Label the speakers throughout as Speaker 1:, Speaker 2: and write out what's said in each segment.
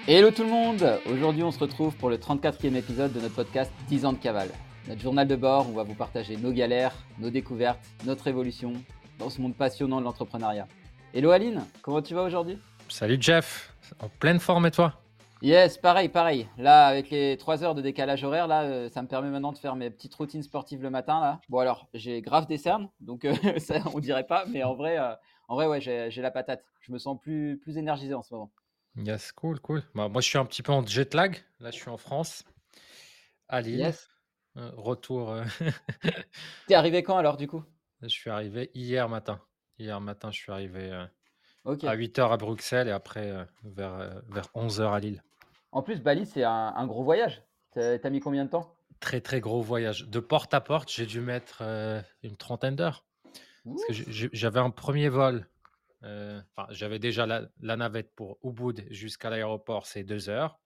Speaker 1: Hello tout le monde! Aujourd'hui, on se retrouve pour le 34e épisode de notre podcast 10 ans de cavale. Notre journal de bord où on va vous partager nos galères, nos découvertes, notre évolution dans ce monde passionnant de l'entrepreneuriat. Hello Aline, comment tu vas aujourd'hui?
Speaker 2: Salut Jeff, en pleine forme et toi?
Speaker 1: Yes, pareil. Là, avec les 3 heures de décalage horaire, là, ça me permet maintenant de faire mes petites routines sportives le matin, là. Bon alors, j'ai grave des cernes, donc ça, on dirait pas, mais en vrai, ouais, j'ai la patate. Je me sens plus énergisé en ce moment.
Speaker 2: Yes, cool. Bah, moi, je suis un petit peu en jet lag. Là, je suis en France, à Lille.
Speaker 1: Yes.
Speaker 2: Retour.
Speaker 1: T'es arrivé quand alors du coup?
Speaker 2: Je suis arrivé hier matin. Hier matin, je suis arrivé à
Speaker 1: Ok.
Speaker 2: 8 heures à Bruxelles et après vers 11 heures à Lille.
Speaker 1: En plus, Bali, c'est un gros voyage. T'as mis combien de temps?
Speaker 2: Très, très gros voyage. De porte à porte, j'ai dû mettre une trentaine d'heures. Parce que
Speaker 1: Ouf.
Speaker 2: j'avais un premier vol. Enfin, j'avais déjà la navette pour Ubud jusqu'à l'aéroport, c'est 2 heures.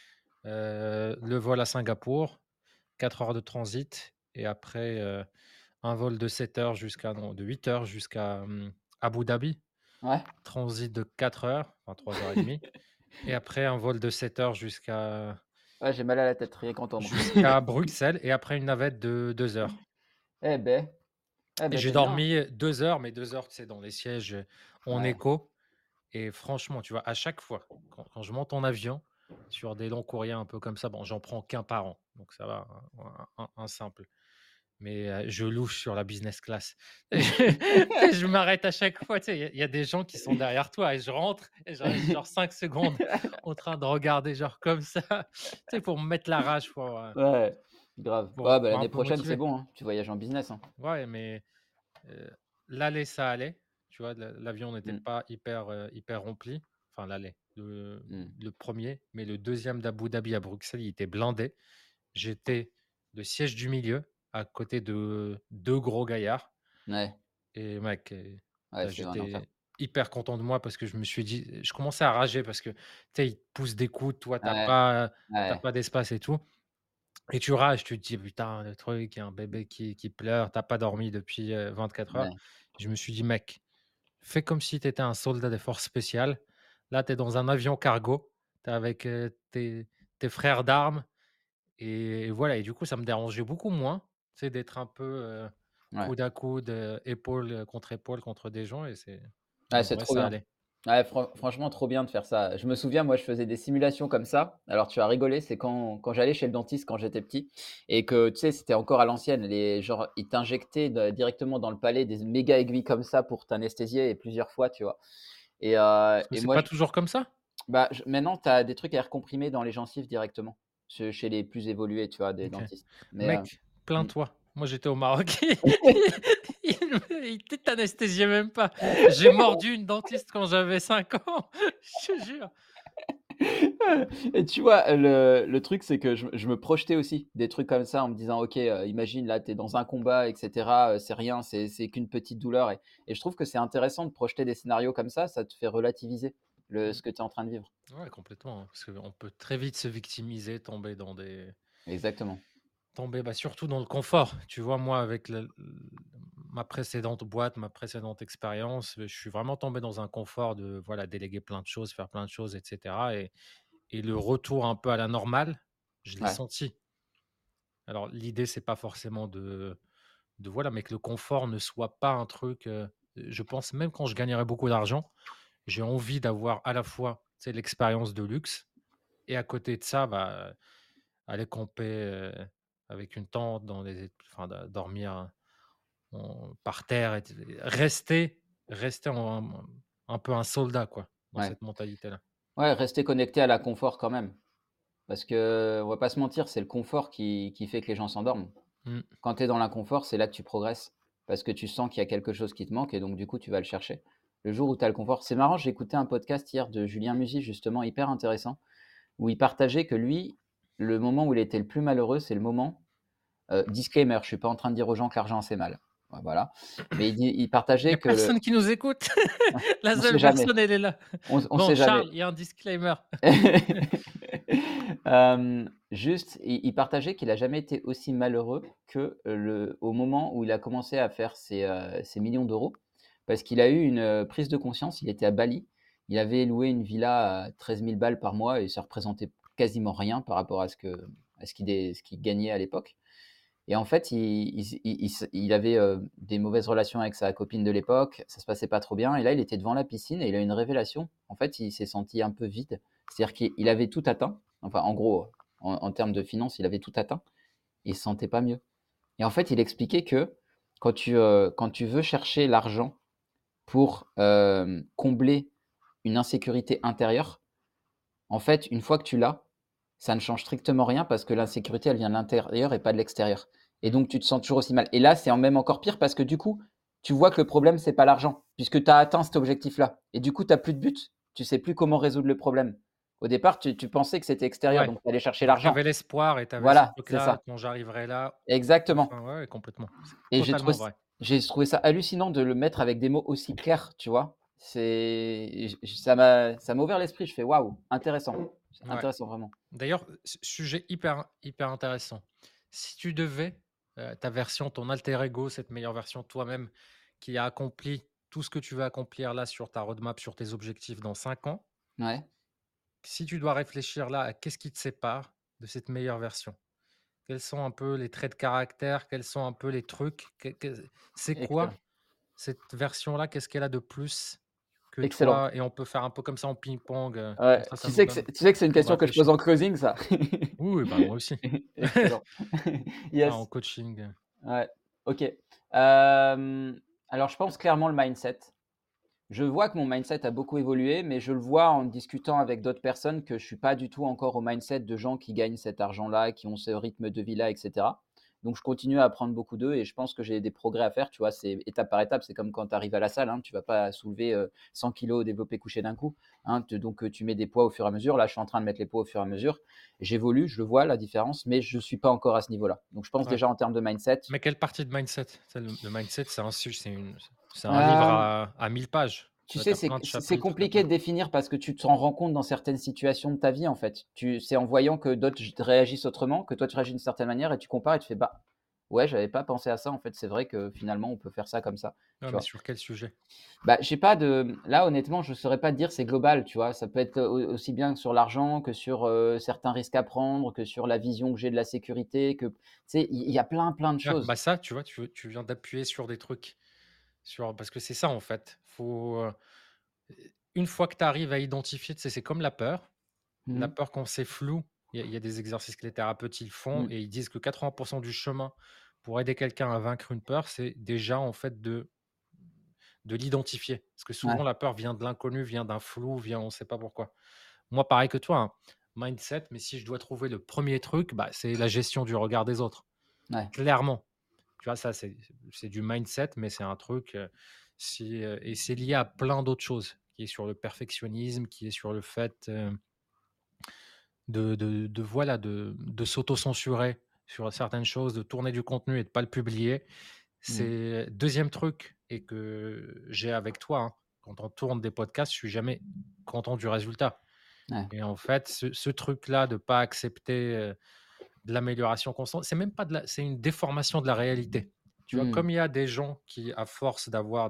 Speaker 2: Le vol à Singapour, 4 heures de transit et après, un vol de 7 heures de 8 heures jusqu'à, Abu Dhabi,
Speaker 1: Ouais.
Speaker 2: transit de 4 heures, enfin 3 heures et demie et après un vol de 7 heures
Speaker 1: Ouais, j'ai mal à la tête, rien qu'entendre.
Speaker 2: jusqu'à Bruxelles et après une navette de 2 heures
Speaker 1: Eh ben, eh
Speaker 2: et
Speaker 1: ben,
Speaker 2: j'ai
Speaker 1: c'est bien.
Speaker 2: dormi 2 heures, mais 2 heures, tu sais, dans les sièges, en
Speaker 1: Ouais.
Speaker 2: éco et franchement, tu vois, à chaque fois, quand je monte en avion, sur des longs courriers un peu comme ça, bon, j'en prends qu'un par an, donc ça va, un simple. Mais, je louche sur la business class. Tu sais, je m'arrête à chaque fois, tu sais, il y a des gens qui sont derrière toi et je rentre et je reste genre 5 secondes en train de regarder genre comme ça, tu sais, pour me mettre la rage,
Speaker 1: Ouais, grave. Ouais, bah,
Speaker 2: pour un
Speaker 1: l'année
Speaker 2: peu
Speaker 1: prochaine, c'est
Speaker 2: motiver.
Speaker 1: bon, hein. Tu voyages en business, hein.
Speaker 2: Ouais, mais, heu, l'aller, ça allait, tu vois? L'avion n'était
Speaker 1: Mmh,
Speaker 2: pas hyper rempli, enfin l'aller,
Speaker 1: mmh.
Speaker 2: le 1er, mais le deuxième d'Abu Dhabi à Bruxelles, il était blindé. J'étais le siège du milieu, à côté de 2 gros gaillards.
Speaker 1: Ouais,
Speaker 2: Et mec,
Speaker 1: ouais, c'est un enfer.
Speaker 2: j'étais hyper content de moi parce que je me suis dit je commençais à rager parce que, tu sais, ils te poussent des coudes, toi,
Speaker 1: Ouais,
Speaker 2: tu
Speaker 1: ouais,
Speaker 2: pas d'espace et tout et tu rages, tu te dis: «Putain, le truc, il y a un bébé qui pleure, tu pas dormi depuis, 24 heures».
Speaker 1: ouais.
Speaker 2: Je me suis dit: «Mec, fais comme si tu étais un soldat des forces spéciales. Là, tu es dans un avion cargo, tu es avec, tes frères d'armes et voilà» et du coup, ça me dérangeait beaucoup moins, tu sais, d'être un peu,
Speaker 1: Ouais.
Speaker 2: coude à coude, épaule contre des gens et
Speaker 1: Ouais,
Speaker 2: en
Speaker 1: c'est
Speaker 2: vrai,
Speaker 1: trop
Speaker 2: ça
Speaker 1: bien.
Speaker 2: allait.
Speaker 1: Ouais, franchement, trop bien de faire ça. Je me souviens, moi, je faisais des simulations comme ça. Alors, tu as rigolé, c'est quand j'allais chez le dentiste quand j'étais petit et que, tu sais, c'était encore à l'ancienne. Les genre, ils t'injectaient directement dans le palais des méga aiguilles comme ça pour t'anesthésier et plusieurs fois, tu vois? Et,
Speaker 2: Parce que c'est
Speaker 1: moi,
Speaker 2: pas toujours comme ça?
Speaker 1: bah, maintenant, tu as des trucs à air comprimé dans les gencives directement, chez les plus évolués, tu vois, des
Speaker 2: OK.
Speaker 1: dentistes. Mais,
Speaker 2: Mec,
Speaker 1: mmh.
Speaker 2: plains-toi. Moi, j'étais au Maroc, il t'anesthésiait même pas. J'ai mordu une dentiste quand j'avais 5 ans, je te jure.
Speaker 1: Et tu vois, le truc, c'est que je me projetais aussi des trucs comme ça en me disant: «OK, imagine là, tu es dans un combat et cetera, c'est rien, c'est qu'une petite douleur» et je trouve que c'est intéressant de projeter des scénarios comme ça te fait relativiser
Speaker 2: Mmh.
Speaker 1: ce que tu es en train de vivre.
Speaker 2: Ouais, complètement, hein, parce qu'on peut très vite se victimiser,
Speaker 1: Exactement.
Speaker 2: bah, surtout dans le confort. Tu vois, moi, avec ma précédente boîte, ma précédente expérience, je suis vraiment tombé dans un confort de, voilà, déléguer plein de choses, faire plein de choses, et cetera et le retour un peu à la normale, je l'ai
Speaker 1: Ouais,
Speaker 2: senti. Alors l'idée, c'est pas forcément de voilà, mais que le confort ne soit pas un truc, je pense même quand je gagnerai beaucoup d'argent, j'ai envie d'avoir à la fois, tu sais, l'expérience de luxe et à côté de ça, bah, aller camper, avec une tente dans enfin, dormir par terre rester un peu un soldat, quoi, dans
Speaker 1: ouais.
Speaker 2: cette mentalité-là.
Speaker 1: Ouais, rester connecté à la confort quand même, parce qu'on va pas se mentir, c'est le confort qui fait que les gens s'endorment.
Speaker 2: Mmh.
Speaker 1: Quand tu es dans l'inconfort, c'est là que tu progresses parce que tu sens qu'il y a quelque chose qui te manque et donc du coup, tu vas le chercher. Le jour où tu as le confort c'est marrant, j'ai écouté un podcast hier de Julien Musi justement hyper intéressant, où il partageait que lui, le moment où il était le plus malheureux, c'est le moment disclaimer, je suis pas en train de dire aux gens que l'argent c'est mal. Ouais, voilà. Mais il
Speaker 2: Il y
Speaker 1: partageait
Speaker 2: a
Speaker 1: que le
Speaker 2: personne qui nous écoute. La
Speaker 1: on sait
Speaker 2: seule
Speaker 1: jamais,
Speaker 2: personne, elle est là.
Speaker 1: on
Speaker 2: Bon,
Speaker 1: sait jamais.
Speaker 2: Charles, il y a un disclaimer.
Speaker 1: Juste, il partageait qu'il a jamais été aussi malheureux que, au moment où il a commencé à faire ses millions d'euros. Parce qu'il a eu une, prise de conscience, il était à Bali Il avait loué une villa à 13 000 balles par mois et ça représentait quasiment rien par rapport ce qu'il gagnait à l'époque. Et en fait, il avait des mauvaises relations avec sa copine de l'époque, ça se passait pas trop bien. Et là, il était devant la piscine et il a eu une révélation. En fait, il s'est senti un peu vide. C'est-à-dire qu'il avait tout atteint. Enfin, en gros, en termes de finances, il avait tout atteint. Et il se sentait pas mieux. Et en fait, il expliquait que quand tu veux chercher l'argent pour combler une insécurité intérieure, en fait, une fois que tu l'as, ça ne change strictement rien parce que l'insécurité, elle vient de l'intérieur et pas de l'extérieur. Et
Speaker 2: Mmh.
Speaker 1: donc, tu te sens toujours aussi mal. Et là, c'est même encore pire parce que du coup, tu vois que le problème, c'est pas l'argent, puisque tu as atteint cet objectif-là. Et du coup, tu n'as plus de but. Tu sais plus comment résoudre le problème. Au départ, tu pensais que c'était extérieur,
Speaker 2: Ouais,
Speaker 1: donc tu allais chercher
Speaker 2: tu
Speaker 1: l'argent.
Speaker 2: avais l'espoir et tu avais ce
Speaker 1: Voilà, c'est
Speaker 2: truc-là,
Speaker 1: ça.
Speaker 2: quand j'arriverai là,
Speaker 1: Exactement.
Speaker 2: enfin, ouais, ouais, complètement. C'est
Speaker 1: Et
Speaker 2: totalement vrai.
Speaker 1: j'ai trouvé ça hallucinant de le mettre avec des mots aussi clairs, tu vois. Ça m'a ouvert l'esprit. Je fais waouh, intéressant. C'est
Speaker 2: Ouais.
Speaker 1: intéressant vraiment.
Speaker 2: D'ailleurs, sujet hyper intéressant. Si tu devais, ta version, ton alter ego, cette meilleure version de toi-même qui a accompli tout ce que tu veux accomplir là sur ta roadmap, sur tes objectifs dans 5 ans,
Speaker 1: Ouais,
Speaker 2: si tu dois réfléchir là à qu'est-ce qui te sépare de cette meilleure version? Quels sont un peu les traits de caractère? Quels sont un peu les trucs? C'est
Speaker 1: excellent.
Speaker 2: quoi cette version-là? Qu'est-ce qu'elle a de plus que
Speaker 1: Excellent.
Speaker 2: toi? Et on peut faire un peu comme ça en ping-pong, comme
Speaker 1: Ouais,
Speaker 2: ça nous donne
Speaker 1: tu sais que c'est une
Speaker 2: le temps de
Speaker 1: question que je pose
Speaker 2: réfléchir.
Speaker 1: en closing ça?
Speaker 2: Oui, oui, bah, moi aussi.
Speaker 1: Excellent.
Speaker 2: Ah, en
Speaker 1: Yes,
Speaker 2: coaching,
Speaker 1: ouais, OK. Alors je pense clairement le mindset. Je vois que mon mindset a beaucoup évolué, mais je le vois en discutant avec d'autres personnes que je suis pas du tout encore au mindset de gens qui gagnent cet argent-là, qui ont ce rythme de vie-là, et cetera. Donc je continue à apprendre beaucoup d'eux et je pense que j'ai des progrès à faire, tu vois? C'est étape par étape, c'est comme quand tu arrives à la salle, hein, tu vas pas soulever, 100 kilogrammes au développé couché d'un coup, hein. Tu mets des poids au fur et à mesure. Là, je suis en train de mettre les poids au fur et à mesure. J'évolue, je le vois la différence, mais je suis pas encore à ce niveau-là. Donc je pense
Speaker 2: ouais.
Speaker 1: déjà en termes de mindset.
Speaker 2: Mais quelle partie de mindset? C'est le mindset, c'est un sujet, c'est un livre
Speaker 1: Hem
Speaker 2: à 1000 pages.
Speaker 1: Tu
Speaker 2: Tu
Speaker 1: sais,
Speaker 2: as plein de
Speaker 1: c'est
Speaker 2: chapitres, tu as
Speaker 1: compliqué
Speaker 2: plein
Speaker 1: de définir parce que tu t'en rends compte dans certaines situations de ta vie, en fait. C'est en voyant que d'autres réagissent autrement, que toi tu réagis d'une certaine manière et tu compares et tu fais: «Bah, ouais, j'avais pas pensé à ça, en fait, c'est vrai que finalement on peut faire ça comme ça»,
Speaker 2: ouais,
Speaker 1: tu
Speaker 2: mais
Speaker 1: vois?
Speaker 2: sur quel sujet?
Speaker 1: Bah, j'ai pas de là, honnêtement, je saurais pas te dire, c'est global, tu vois? Ça peut être aussi bien sur l'argent que sur, certains risques à prendre, que sur la vision que j'ai de la sécurité, que tu sais, il y a plein de
Speaker 2: Ouais,
Speaker 1: choses.
Speaker 2: bah, ça, tu vois, tu viens d'appuyer sur des trucs, parce que c'est ça, en fait. Faut, une fois que tu arrives à identifier, tu sais, c'est comme la peur.
Speaker 1: Mmh
Speaker 2: La
Speaker 1: mh.
Speaker 2: peur quand c'est flou, il y a des exercices que les thérapeutes, ils font
Speaker 1: Mmh.
Speaker 2: et ils disent que 80 du chemin pour aider quelqu'un à vaincre une peur, c'est déjà, en fait, de l'identifier. Parce que souvent,
Speaker 1: Ouais,
Speaker 2: la peur vient de l'inconnu, vient d'un flou, vient on ne sait pas pourquoi. Moi, pareil que toi, hein, mindset, mais si je dois trouver le premier truc, bah, c'est la gestion du regard des autres.
Speaker 1: ouais.
Speaker 2: Clairement. Tu vois, ça, c'est du mindset, mais c'est un truc, et c'est lié à plein d'autres choses, qui est sur le perfectionnisme, qui est sur le fait, voilà, de s'auto-censurer sur certaines choses, de tourner du contenu et de pas le publier.
Speaker 1: Mmh.
Speaker 2: C'est deuxième truc et que j'ai avec toi, hein, quand on tourne des podcasts, je suis jamais content du résultat
Speaker 1: Ouais.
Speaker 2: et en fait, ce truc-là de pas accepter, de l'amélioration constante, c'est même pas c'est une déformation de la réalité. Tu vois?
Speaker 1: Mmh.
Speaker 2: Comme il y a des gens qui, à force d'avoir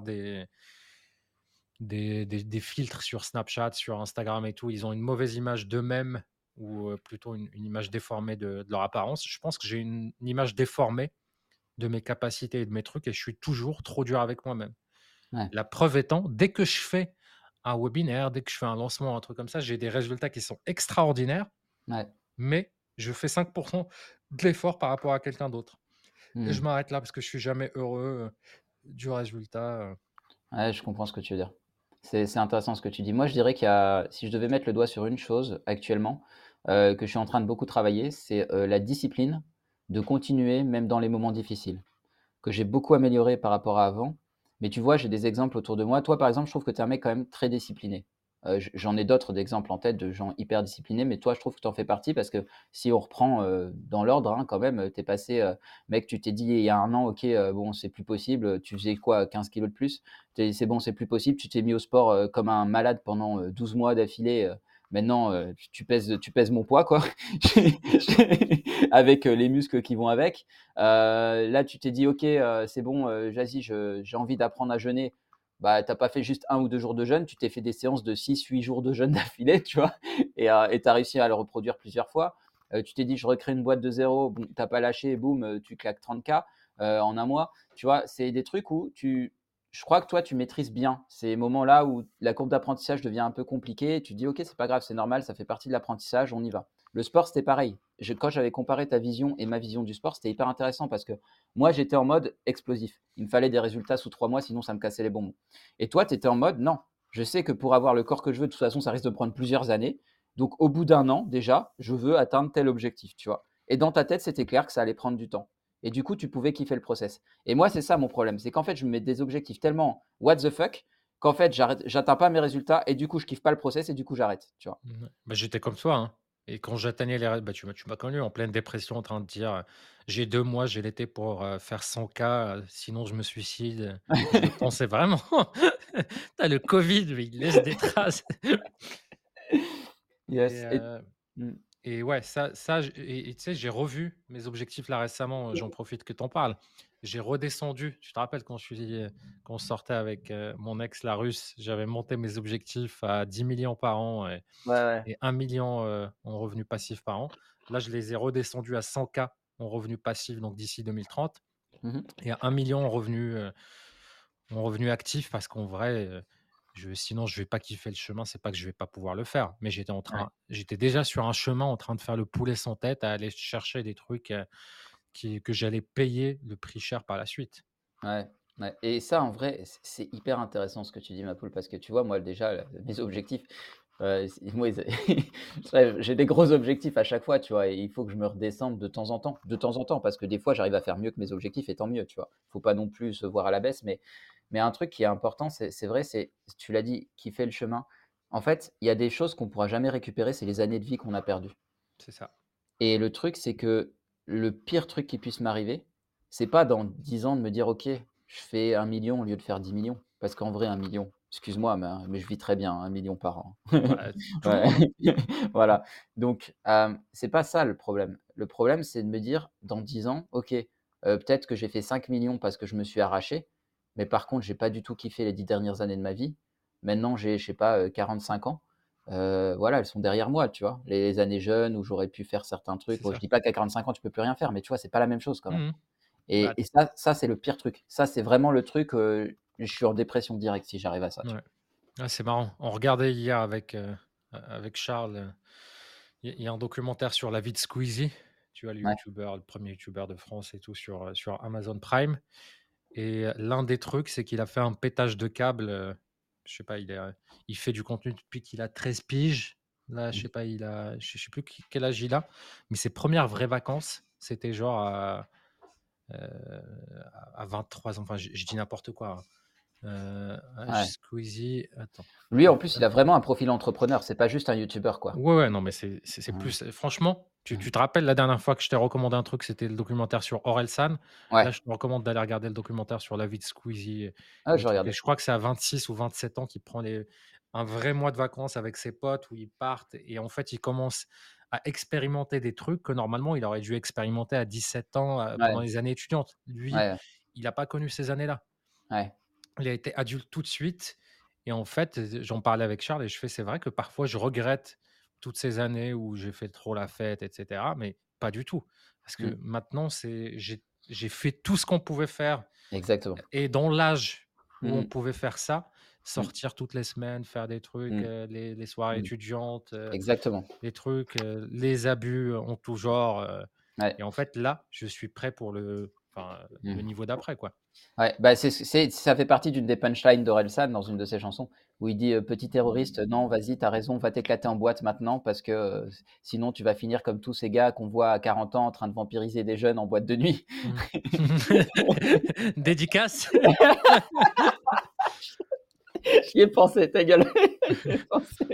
Speaker 2: des filtres sur Snapchat, sur Instagram et tout, ils ont une mauvaise image d'eux-mêmes ou plutôt une image déformée de leur apparence. Je pense que j'ai une image déformée de mes capacités et de mes trucs et je suis toujours trop dur avec moi-même.
Speaker 1: Ouais.
Speaker 2: La preuve étant, dès que je fais un webinaire, dès que je fais un lancement, un truc comme ça, j'ai des résultats qui sont extraordinaires,
Speaker 1: Ouais.
Speaker 2: mais je fais 5 de l'effort par rapport à quelqu'un d'autre et je
Speaker 1: Mmh.
Speaker 2: m'arrête là parce que je suis jamais heureux, du résultat,
Speaker 1: Ouais, je comprends ce que tu veux dire. C'est intéressant ce que tu dis. Moi, je dirais qu'il y a si je devais mettre le doigt sur une chose actuellement, que je suis en train de beaucoup travailler, c'est, la discipline de continuer même dans les moments difficiles, que j'ai beaucoup amélioré par rapport à avant. Mais tu vois, j'ai des exemples autour de moi. Toi, par exemple, je trouve que tu es un mec quand même très discipliné. J'en ai d'autres d'exemples en tête de gens hyper disciplinés, mais toi, je trouve que tu en fais partie parce que si on reprend, dans l'ordre, hein, quand même, tu es passé, mec, tu t'es dit il y a un an: «OK, bon, c'est plus possible», tu faisais quoi? 15 kilos de plus? Tu t'es dit: «C'est bon, c'est plus possible», tu t'es mis au sport, comme un malade pendant, 12 mois d'affilée, maintenant, tu pèses mon poids, quoi. Avec, les muscles qui vont avec. Là, tu t'es dit: «OK, c'est bon, vas-y, j'ai envie d'apprendre à jeûner». bah, tu as pas fait juste 1 ou 2 jours de jeûne, tu t'es fait des séances de 6, 8 jours de jeûne d'affilée, tu vois? Et tu as réussi à le reproduire plusieurs fois. Tu t'es dit: «Je recrée une boîte de zéro», bon, tu as pas lâché, boum, tu claques 30 K en un mois. Tu vois? C'est des trucs où je crois que toi, tu maîtrises bien ces moments-là où la courbe d'apprentissage devient un peu compliquée. Tu te dis: «OK, c'est pas grave, c'est normal, ça fait partie de l'apprentissage, on y va». Le sport, c'était pareil. Quand j'avais comparé ta vision et ma vision du sport, c'était hyper intéressant parce que moi, j'étais en mode explosif. Il me fallait des résultats sous 3 mois, sinon ça me cassait les bonbons. Et toi, tu étais en mode non, je sais que pour avoir le corps que je veux, de toute façon, ça risque de prendre plusieurs années. Donc, au bout d'un an, déjà, je veux atteindre tel objectif, tu vois. Et dans ta tête, c'était clair que ça allait prendre du temps. Et du coup, tu pouvais kiffer le process. Et moi, c'est ça mon problème. C'est qu'en fait, je me mets des objectifs tellement what the fuck qu'en fait, j'atteins pas mes résultats et du coup, je kiffe pas le process et du coup, j'arrête, tu vois.
Speaker 2: Mmh, ouais. Bah, j'étais comme toi, hein, et quand j'atteignais les ré bah, tu m'as connu en pleine dépression en train de dire, «J'ai 2 mois, j'ai l'été pour, faire 100 K, sinon je me suicide», je le pensais vraiment. Tu le covid, mais il laisse des traces. et
Speaker 1: Yes.
Speaker 2: heu
Speaker 1: Mmh.
Speaker 2: et ouais, ça j et tu sais, j'ai revu mes objectifs là récemment, j'en profite que tu en parles. J'ai redescendu, tu te rappelles quand on sortait avec, mon ex la Russe, j'avais monté mes objectifs à 10 millions par an
Speaker 1: Ouais, ouais.
Speaker 2: et 1 million en revenus passifs par an. Là, je les ai redescendus à 100 K en revenus passifs, donc d'ici 2030,
Speaker 1: Mmh.
Speaker 2: et à 1 million en revenus actifs parce qu'en vrai, sinon je vais pas kiffer le chemin. C'est pas que je vais pas pouvoir le faire, mais
Speaker 1: Ouais.
Speaker 2: j'étais déjà sur un chemin en train de faire le poulet sans tête, à aller chercher des trucs, que j'allais payer le prix cher par la suite.
Speaker 1: Ouais, ouais et ça, en vrai, c'est hyper intéressant ce que tu dis, ma poule, parce que tu vois, moi, déjà, mes objectifs, c'est moi, ils ouais, j'ai des gros objectifs à chaque fois, tu vois? Et il faut que je me redescende de temps en temps, parce que des fois, j'arrive à faire mieux que mes objectifs et tant mieux, tu vois? Faut pas non plus se voir à la baisse, mais un truc qui est important, c'est vrai, tu l'as dit, kiffer le chemin. En fait, il y a des choses qu'on pourra jamais récupérer, c'est les années de vie qu'on a perdues.
Speaker 2: C'est ça.
Speaker 1: Et le truc, c'est que le pire truc qui puisse m'arriver, c'est pas dans 10 ans de me dire: «OK, je fais 1 million au lieu de faire 10 millions». Parce qu'en vrai 1 million, excuse-moi, mais je vis très bien, 1 million par an.
Speaker 2: Bah, tout le
Speaker 1: Ouais,
Speaker 2: monde, hein.
Speaker 1: voilà. Donc, c'est pas ça le problème. Le problème, c'est de me dire dans 10 ans: «OK, peut-être que j'ai fait 5 millions parce que je me suis arraché, mais par contre, j'ai pas du tout kiffé les 10 dernières années de ma vie». Maintenant, j'ai, je sais pas, 45 ans. Voilà, elles sont derrière moi, tu vois? Les années jeunes où j'aurais pu faire certains trucs.
Speaker 2: C'est
Speaker 1: Bon, je
Speaker 2: ça.
Speaker 1: dis pas qu'à 45 ans, tu peux plus rien faire, mais tu vois, c'est pas la même chose quand même.
Speaker 2: Mmh. Bah,
Speaker 1: Et ça, c'est le pire truc. Ça, c'est vraiment le truc, je suis en dépression directe si j'arrive à ça, tu
Speaker 2: ouais.
Speaker 1: vois?
Speaker 2: Ah, c'est marrant. On regardait hier avec Charles, il y a un documentaire sur la vie de Squeezie, tu vois?
Speaker 1: Ouais.
Speaker 2: Le premier youtubeur de France et tout sur Amazon Prime, et l'un des trucs, c'est qu'il a fait un pétage de câble, je sais pas, il fait du contenu depuis qu'il a 13 piges. Là, je
Speaker 1: Mmh.
Speaker 2: sais pas, je sais plus quel âge il a, mais ses premières vraies vacances, c'était genre à 23 ans. Enfin, je dis n'importe quoi, hein. Âge
Speaker 1: Ouais.
Speaker 2: Squeezie, attends.
Speaker 1: Lui, en plus, il a vraiment un profil entrepreneur. C'est pas juste un youtubeur, quoi.
Speaker 2: Ouais, ouais, non, mais c'est
Speaker 1: Mmh.
Speaker 2: plus franchement, tu
Speaker 1: Mmh.
Speaker 2: tu te rappelles la dernière fois que je t'ai recommandé un truc, c'était le documentaire sur Orelsan. Là,
Speaker 1: Ouais.
Speaker 2: je te recommande d'aller regarder le documentaire sur la vie de Squeezie et
Speaker 1: Ah, je
Speaker 2: le
Speaker 1: vais
Speaker 2: truc, et
Speaker 1: regarder.
Speaker 2: je crois que c'est à 26 ou 27 ans qu'il prend un vrai mois de vacances avec ses potes où ils partent, et en fait, il commence à expérimenter des trucs que normalement il aurait dû expérimenter à 17 ans, pendant
Speaker 1: Ouais,
Speaker 2: les années étudiantes. Lui,
Speaker 1: ouais,
Speaker 2: il a pas connu ces années-là.
Speaker 1: ouais.
Speaker 2: Il a été adulte tout de suite, et en fait, j'en parlais avec Charles et je fais: «C'est vrai que parfois je regrette toutes ces années où j'ai fait trop la fête et cetera», mais pas du tout. Parce
Speaker 1: Mmh.
Speaker 2: que maintenant, j'ai fait tout ce qu'on pouvait faire,
Speaker 1: Exactement.
Speaker 2: et dans l'âge où
Speaker 1: Mmh
Speaker 2: on
Speaker 1: mh.
Speaker 2: pouvait faire ça,
Speaker 1: Mmh.
Speaker 2: sortir toutes les semaines, faire des trucs,
Speaker 1: Mmh.
Speaker 2: les soirées
Speaker 1: Mmh.
Speaker 2: étudiantes,
Speaker 1: Exactement.
Speaker 2: les trucs, les abus en tout genre,
Speaker 1: Ouais.
Speaker 2: et en fait, là, je suis prêt pour le
Speaker 1: Mmh.
Speaker 2: niveau d'après, quoi.
Speaker 1: Ouais, bah, ça fait partie d'une des punchlines d'Orelsan dans une de ses chansons où il dit, «Petit terroriste, non, vas-y, tu as raison, va t'éclater en boîte maintenant parce que, sinon tu vas finir comme tous ces gars qu'on voit à 40 ans en train de vampiriser des jeunes en boîte de nuit».
Speaker 2: Mmh. Dédicace.
Speaker 1: J'y ai pensé, ta gueule. J'y ai pensé.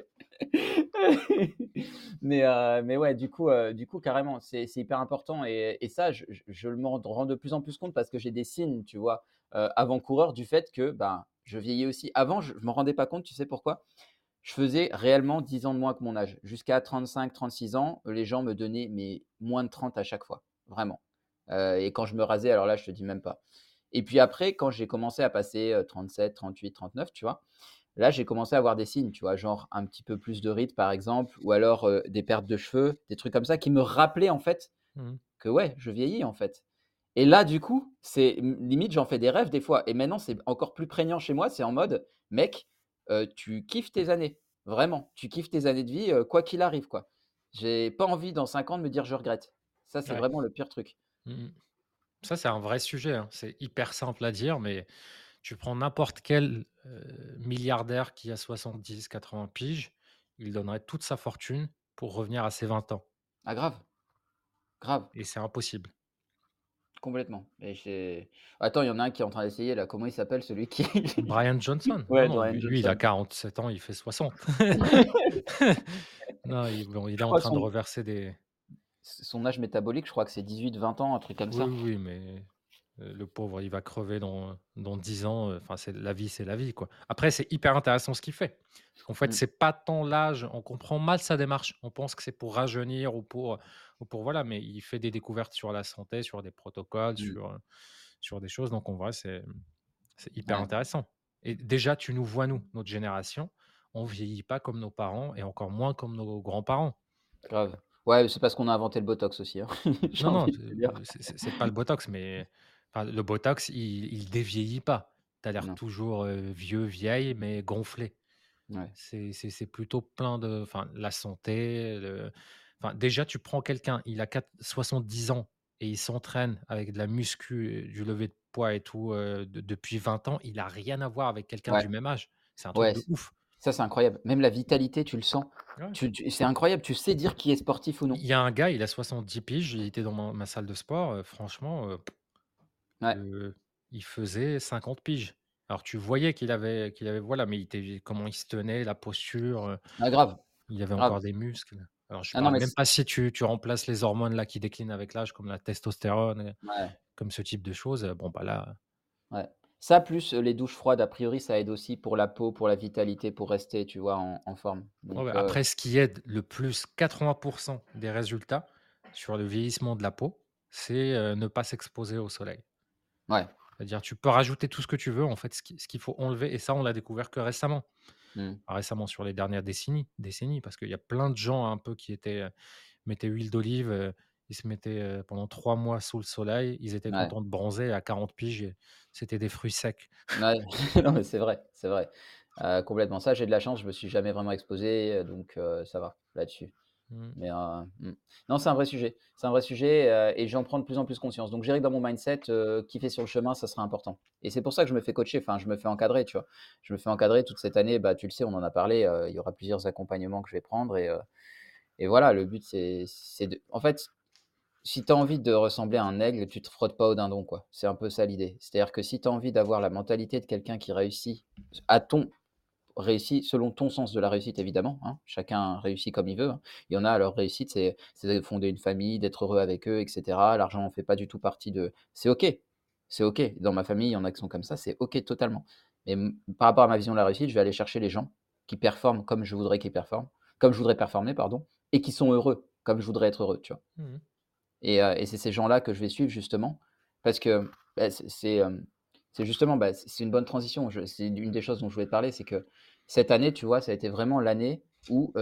Speaker 1: Mais ouais, du coup, carrément, c'est hyper important et ça, je m'en rends de plus en plus compte parce que j'ai des signes, tu vois, avant-coureurs du fait que, ben, je vieillis aussi. Avant, je m'en rendais pas compte, tu sais pourquoi? Je faisais réellement 10 ans de moins que mon âge. Jusqu'à 35, 36 ans, les gens me donnaient mais moins de 30 à chaque fois, vraiment. Et quand je me rasais, alors là, je te dis même pas. Et puis après, quand j'ai commencé à passer, 37, 38, 39, tu vois? Là, j'ai commencé à avoir des signes, tu vois? Genre un petit peu plus de rides, par exemple, ou alors, des pertes de cheveux, des trucs comme ça qui me rappelaient, en fait,
Speaker 2: Mmh.
Speaker 1: que ouais, je vieillis, en fait. Et là, du coup, c'est limite, j'en fais des rêves des fois et maintenant, c'est encore plus prégnant chez moi. C'est en mode: «Mec, tu kiffes tes années, vraiment, tu kiffes tes années de vie, quoi qu'il arrive, quoi». J'ai pas envie dans 5 ans de me dire: «Je regrette». Ça, c'est
Speaker 2: Ouais.
Speaker 1: vraiment le pire truc.
Speaker 2: Mmh mh. Ça, c'est un vrai sujet, hein. C'est hyper simple à dire, mais tu prends n'importe quel, milliardaire qui a 70-80 piges, il donnerait toute sa fortune pour revenir à ses 20 ans
Speaker 1: Ah grave, grave,
Speaker 2: et c'est impossible.
Speaker 1: complètement et j'ai attends, il y en a un qui est en train d'essayer là, comment il s'appelle celui qui
Speaker 2: Brian Johnson? Non,
Speaker 1: ouais,
Speaker 2: non,
Speaker 1: Dwayne
Speaker 2: lui, il a
Speaker 1: Johnson.
Speaker 2: 47 ans, il fait 60. Non, il
Speaker 1: Je
Speaker 2: est en
Speaker 1: crois
Speaker 2: train de reverser des
Speaker 1: son âge métabolique, je crois que c'est 18, 20 ans, un truc comme
Speaker 2: oui,
Speaker 1: ça.
Speaker 2: oui, oui, mais le pauvre, il va crever dans 10 ans, enfin, c'est la vie, quoi. Après, c'est hyper intéressant ce qu'il fait. Parce qu'en fait,
Speaker 1: Mmh,
Speaker 2: c'est pas tant l'âge, on comprend mal sa démarche. On pense que c'est pour rajeunir ou pour voilà, mais il fait des découvertes sur la santé, sur des protocoles,
Speaker 1: mmh,
Speaker 2: sur des choses, donc en vrai, c'est hyper
Speaker 1: ouais,
Speaker 2: intéressant et déjà, tu nous vois, nous, notre génération, on vieillit pas comme nos parents et encore moins comme nos grands-parents.
Speaker 1: grave. Ouais, c'est parce qu'on a inventé le botox aussi, hein, j'ai
Speaker 2: Non, non,
Speaker 1: envie de te dire.
Speaker 2: c'est pas le botox, mais enfin, le botox, il dévieillit pas. Tu as l'air
Speaker 1: Non,
Speaker 2: toujours, vieux, vieille, mais gonflé.
Speaker 1: ouais,
Speaker 2: C'est plutôt plein de enfin, la santé, le enfin, déjà, tu prends quelqu'un, il a 70 ans et il s'entraîne avec de la muscu, du lever de poids et tout, depuis 20 ans, il a rien à voir avec quelqu'un
Speaker 1: ouais,
Speaker 2: du même âge. C'est un truc
Speaker 1: ouais,
Speaker 2: de ouf.
Speaker 1: ça, c'est incroyable. Même la vitalité, tu le sens.
Speaker 2: Ouais.
Speaker 1: Tu c'est incroyable, tu sais dire qui est sportif ou non.
Speaker 2: Il y a un gars, il a 70 piges, il était dans ma salle de sport, franchement,
Speaker 1: Ouais,
Speaker 2: Le il faisait 50 piges. Alors tu voyais qu'il avait voilà, mais il était comment il se tenait, la posture,
Speaker 1: ah grave,
Speaker 2: il avait
Speaker 1: grave.
Speaker 2: encore des muscles. Alors je
Speaker 1: Ah non,
Speaker 2: parle
Speaker 1: mais
Speaker 2: même pas si tu remplaces les hormones là qui déclinent avec l'âge comme la testostérone,
Speaker 1: ouais,
Speaker 2: comme ce type de choses, bon bah là
Speaker 1: ouais. Ça plus, les douches froides, a priori, ça aide aussi pour la peau, pour la vitalité, pour rester, tu vois, en forme.
Speaker 2: ouais,
Speaker 1: Donc
Speaker 2: ouais, après ce qui aide le plus, 80 des résultats sur le vieillissement de la peau, c'est, ne pas s'exposer au soleil.
Speaker 1: ouais,
Speaker 2: C'est-à-dire tu peux rajouter tout ce que tu veux en fait, ce qu'il faut enlever et ça on l'a découvert que récemment.
Speaker 1: mmh,
Speaker 2: Récemment sur les dernières décennies parce qu'il y a plein de gens un peu qui mettaient huile d'olive, ils se mettaient, pendant 3 mois sous le soleil, ils étaient
Speaker 1: ouais,
Speaker 2: contents de bronzer à 40 piges et c'était des fruits secs.
Speaker 1: ouais. Non, mais c'est vrai, c'est vrai. Complètement. Ça, j'ai de la chance, je me suis jamais vraiment exposé, donc ça va là-dessus.
Speaker 2: Mmh.
Speaker 1: Mais non, c'est un vrai sujet. C'est un vrai sujet, et j'en prends de plus en plus conscience. Donc je dirais que dans mon mindset, kiffer sur le chemin, ça serait important. Et c'est pour ça que je me fais coacher, enfin je me fais encadrer, tu vois? Je me fais encadrer toute cette année, bah, tu le sais, on en a parlé, il y aura plusieurs accompagnements que je vais prendre et voilà, le but c'est de en fait, si tu as envie de ressembler à un aigle, tu te frottes pas au dindon, quoi. C'est un peu ça l'idée. C'est-à-dire que si tu as envie d'avoir la mentalité de quelqu'un qui réussit à ton réussit selon ton sens de la réussite évidemment, hein. Chacun réussit comme il veut, hein. Il y en a, leur réussite, c'est de fonder une famille, d'être heureux avec eux et cetera. L'argent en fait pas du tout partie de c'est OK, c'est OK. Dans ma famille, il y en a qui sont comme ça, c'est OK totalement. Mais par rapport à ma vision de la réussite, je vais aller chercher les gens qui performent comme je voudrais qu'ils performent comme je voudrais performer, pardon, et qui sont heureux comme je voudrais être heureux, tu vois?
Speaker 2: Mmh.
Speaker 1: Et c'est ces gens-là que je vais suivre justement parce que, bah, c'est justement, bah, c'est une bonne transition. C'est une des choses dont je voulais te parler, c'est que cette année, tu vois, ça a été vraiment l'année où,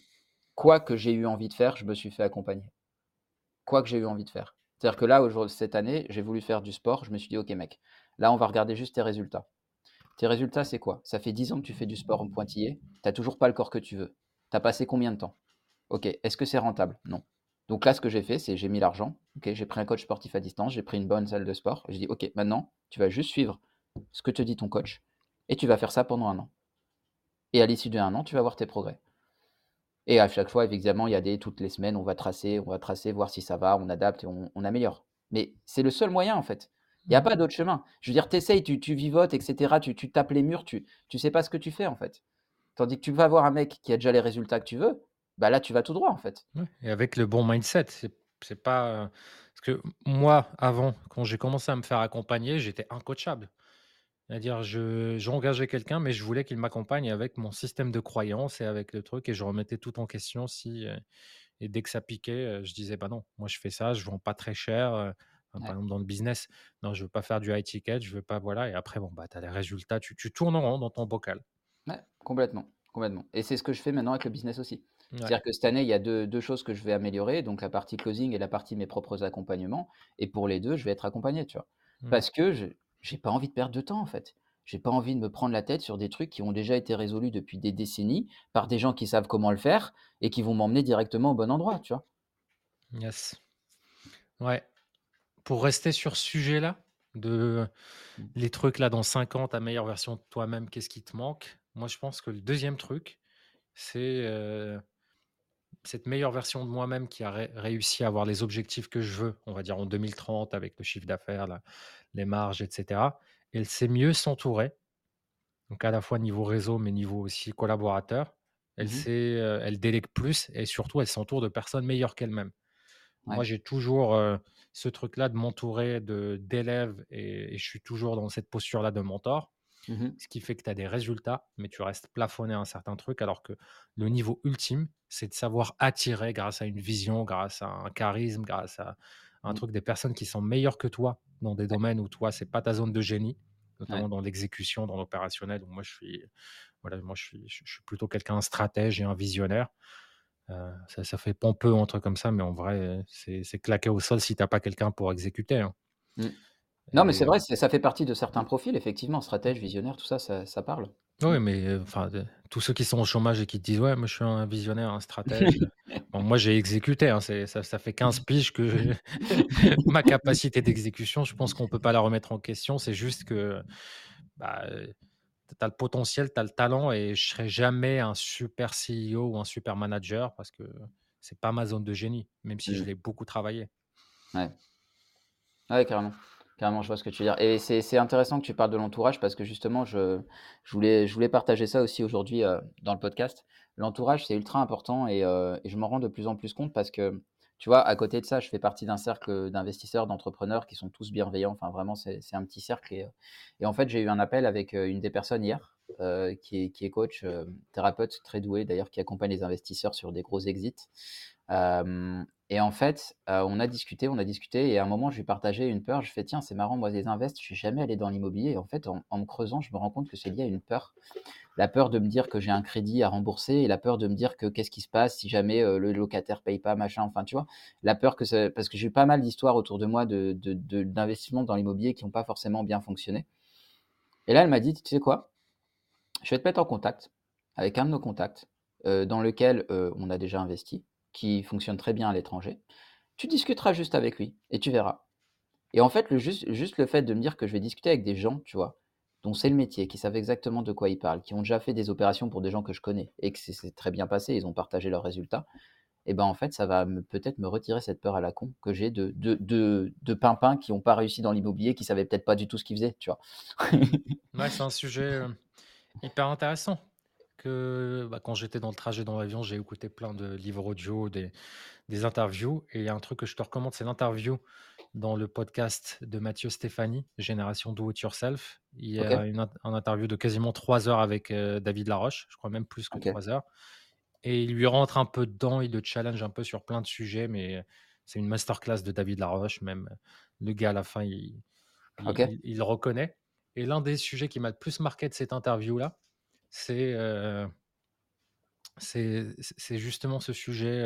Speaker 1: quoi que j'ai eu envie de faire, je me suis fait accompagner. Quoi que j'ai eu envie de faire. C'est-à-dire que là, cette année, j'ai voulu faire du sport, je me suis dit: «OK mec, là, on va regarder juste tes résultats». Tes résultats, c'est quoi? Ça fait 10 ans que tu fais du sport en pointillé, tu as toujours pas le corps que tu veux. Tu as passé combien de temps? OK. Est-ce que c'est rentable? Non. Donc là, ce que j'ai fait, c'est j'ai mis l'argent. OK, j'ai pris un coach sportif à distance, j'ai pris une bonne salle de sport. J'ai dit: «OK, maintenant, tu vas juste suivre ce que te dit ton coach et tu vas faire ça pendant 1 an et à l'issue de 1 an, tu vas voir tes progrès» et à chaque fois, évidemment, il y a des toutes les semaines, on va tracer, voir si ça va, on adapte et on améliore. Mais c'est le seul moyen, en fait. Il y a
Speaker 2: Mmh.
Speaker 1: pas d'autre chemin. Je veux dire, tu essayes, tu vivotes et cetera, tu tapes les murs, tu sais pas ce que tu fais, en fait. Tandis que tu vas voir un mec qui a déjà les résultats que tu veux, bah, là, tu vas tout droit, en fait.
Speaker 2: Ouais et avec le bon mindset, c'est pas, parce que moi, avant, quand j'ai commencé à me faire accompagner, j'étais incoachable. C'est-à-dire j'engageais quelqu'un, mais je voulais qu'il m'accompagne avec mon système de croyances et avec le truc et je remettais tout en question si, et dès que ça piquait, je disais: «Bah non, moi je fais ça, je vends pas très cher, Hein, par
Speaker 1: Ouais.
Speaker 2: exemple, dans le business, non, je veux pas faire du high ticket, je veux pas voilà et après bon, bah, tu as les résultats, tu tournes en rond dans ton bocal.
Speaker 1: Ouais, complètement, complètement et c'est ce que je fais maintenant avec le business aussi.
Speaker 2: Ouais.
Speaker 1: C'est-à-dire que cette année, il y a deux choses que je vais améliorer, donc la partie closing et la partie mes propres accompagnements et pour les 2 je vais être accompagné, tu vois?
Speaker 2: Mmh.
Speaker 1: Parce que je j'ai pas envie de perdre de temps, en fait. J'ai pas envie de me prendre la tête sur des trucs qui ont déjà été résolus depuis des décennies par des gens qui savent comment le faire et qui vont m'emmener directement au bon endroit, tu vois?
Speaker 2: Yes. Ouais. Pour rester sur ce sujet-là, de
Speaker 1: Mmh.
Speaker 2: les trucs là dans 5 ans, ta meilleure version de toi-même, qu'est-ce qui te manque? Moi, je pense que le deuxième truc, c'est, cette meilleure version de moi-même qui a réussi à avoir les objectifs que je veux, on va dire en 2030 avec le chiffre d'affaires, les marges et cetera. Elle sait mieux s'entourer, donc à la fois niveau réseau, mais niveau aussi collaborateur.
Speaker 1: Mmh.
Speaker 2: Elle délègue plus et surtout elle s'entoure de personnes meilleures qu'elle-même. Moi,
Speaker 1: Ouais.
Speaker 2: j'ai toujours, ce truc-là de m'entourer d'élèves et je suis toujours dans cette posture-là de mentor.
Speaker 1: Mmh.
Speaker 2: Ce qui fait que tu as des résultats, mais tu restes plafonné à un certain truc, alors que le niveau ultime, c'est de savoir attirer grâce à une vision, grâce à un charisme, grâce à un
Speaker 1: Mmh.
Speaker 2: truc, des personnes qui sont meilleures que toi dans des
Speaker 1: Ouais,
Speaker 2: domaines où toi, c'est pas ta zone de génie,
Speaker 1: ouais.
Speaker 2: notamment dans l'exécution, dans l'opérationnel. Donc moi, je suis, voilà, moi, je suis plutôt quelqu'un, un stratège et un visionnaire. Ça fait pompeux, un truc comme ça, mais en vrai, c'est claqué au sol si tu as pas quelqu'un pour exécuter, hein.
Speaker 1: Mmh. Non, mais
Speaker 2: Et
Speaker 1: c'est vrai, ça fait partie de certains profils effectivement, stratège, visionnaire, tout ça, ça parle. Mmh.
Speaker 2: oui, mais enfin, tous ceux qui sont au chômage et qui te disent: «Ouais, moi, je suis un visionnaire, un stratège», bon, moi, j'ai exécuté, hein, ça fait 15 piges que ma capacité d'exécution, je pense qu'on peut pas la remettre en question. C'est juste que, bah, tu as le potentiel, tu as le talent et je serai jamais un super CEO ou un super manager parce que c'est pas ma zone de génie, même si je
Speaker 1: Mmh.
Speaker 2: l'ai beaucoup travaillé.
Speaker 1: Ouais. Ouais, carrément. Carrément, je vois ce que tu veux dire et c'est intéressant que tu parles de l'entourage parce que justement je voulais partager ça aussi aujourd'hui, dans le podcast. L'entourage, c'est ultra important et je m'en rends de plus en plus compte parce que, tu vois, à côté de ça, je fais partie d'un cercle, d'investisseurs, d'entrepreneurs qui sont tous bienveillants. Enfin, vraiment, c'est un petit cercle et en fait, j'ai eu un appel avec, une des personnes hier, qui est coach, thérapeute très doué d'ailleurs, qui accompagne les investisseurs sur des gros exits. Et en fait, on a discuté et à un moment, je lui partageais une peur. Je fais: «Tiens, c'est marrant, moi, les invests, je suis jamais allé dans l'immobilier» et en fait, en me creusant, je me rends compte que c'est lié à une peur. La peur de me dire que j'ai un crédit à rembourser et la peur de me dire que qu'est-ce qui se passe si jamais, le locataire paye pas, machin, enfin, tu vois? La peur que ça parce que j'ai eu pas mal d'histoires autour de moi d'investissements dans l'immobilier qui ont pas forcément bien fonctionné et là, elle m'a dit: «Tu sais quoi? Je vais te mettre en contact avec un de nos contacts, dans lequel, on a déjà investi, qui fonctionne très bien à l'étranger. Tu discuteras juste avec lui et tu verras». Et en fait, juste le fait de me dire que je vais discuter avec des gens, tu vois? Dont c'est le métier, qui savent exactement de quoi ils parlent, qui ont déjà fait des opérations pour des gens que je connais et que c'est très bien passé, ils ont partagé leurs résultats et ben, en fait, ça va peut-être me retirer cette peur à la con que j'ai de pimpins qui ont pas réussi dans l'immobilier, qui savaient peut-être pas du tout ce qu'ils faisaient, tu vois?
Speaker 2: Ouais, c'est un sujet, hyper intéressant que, bah, quand j'étais dans le trajet dans l'avion, j'ai écouté plein de livres audio, des interviews et il y a un truc que je te recommande, c'est l'interview dans le podcast de Mathieu Stéphanie, Génération Do It Yourself. Il y
Speaker 1: OK,
Speaker 2: a un interview de quasiment 3 heures avec, David Laroche, je crois même plus que
Speaker 1: OK,
Speaker 2: 3 heures et il lui rentre un peu dedans, il le challenge un peu sur plein de sujets, mais c'est une masterclass de David Laroche même, le gars à la fin
Speaker 1: OK.
Speaker 2: il le reconnaît et l'un des sujets qui m'a le plus marqué de cette interview-là, c'est, c'est justement ce sujet,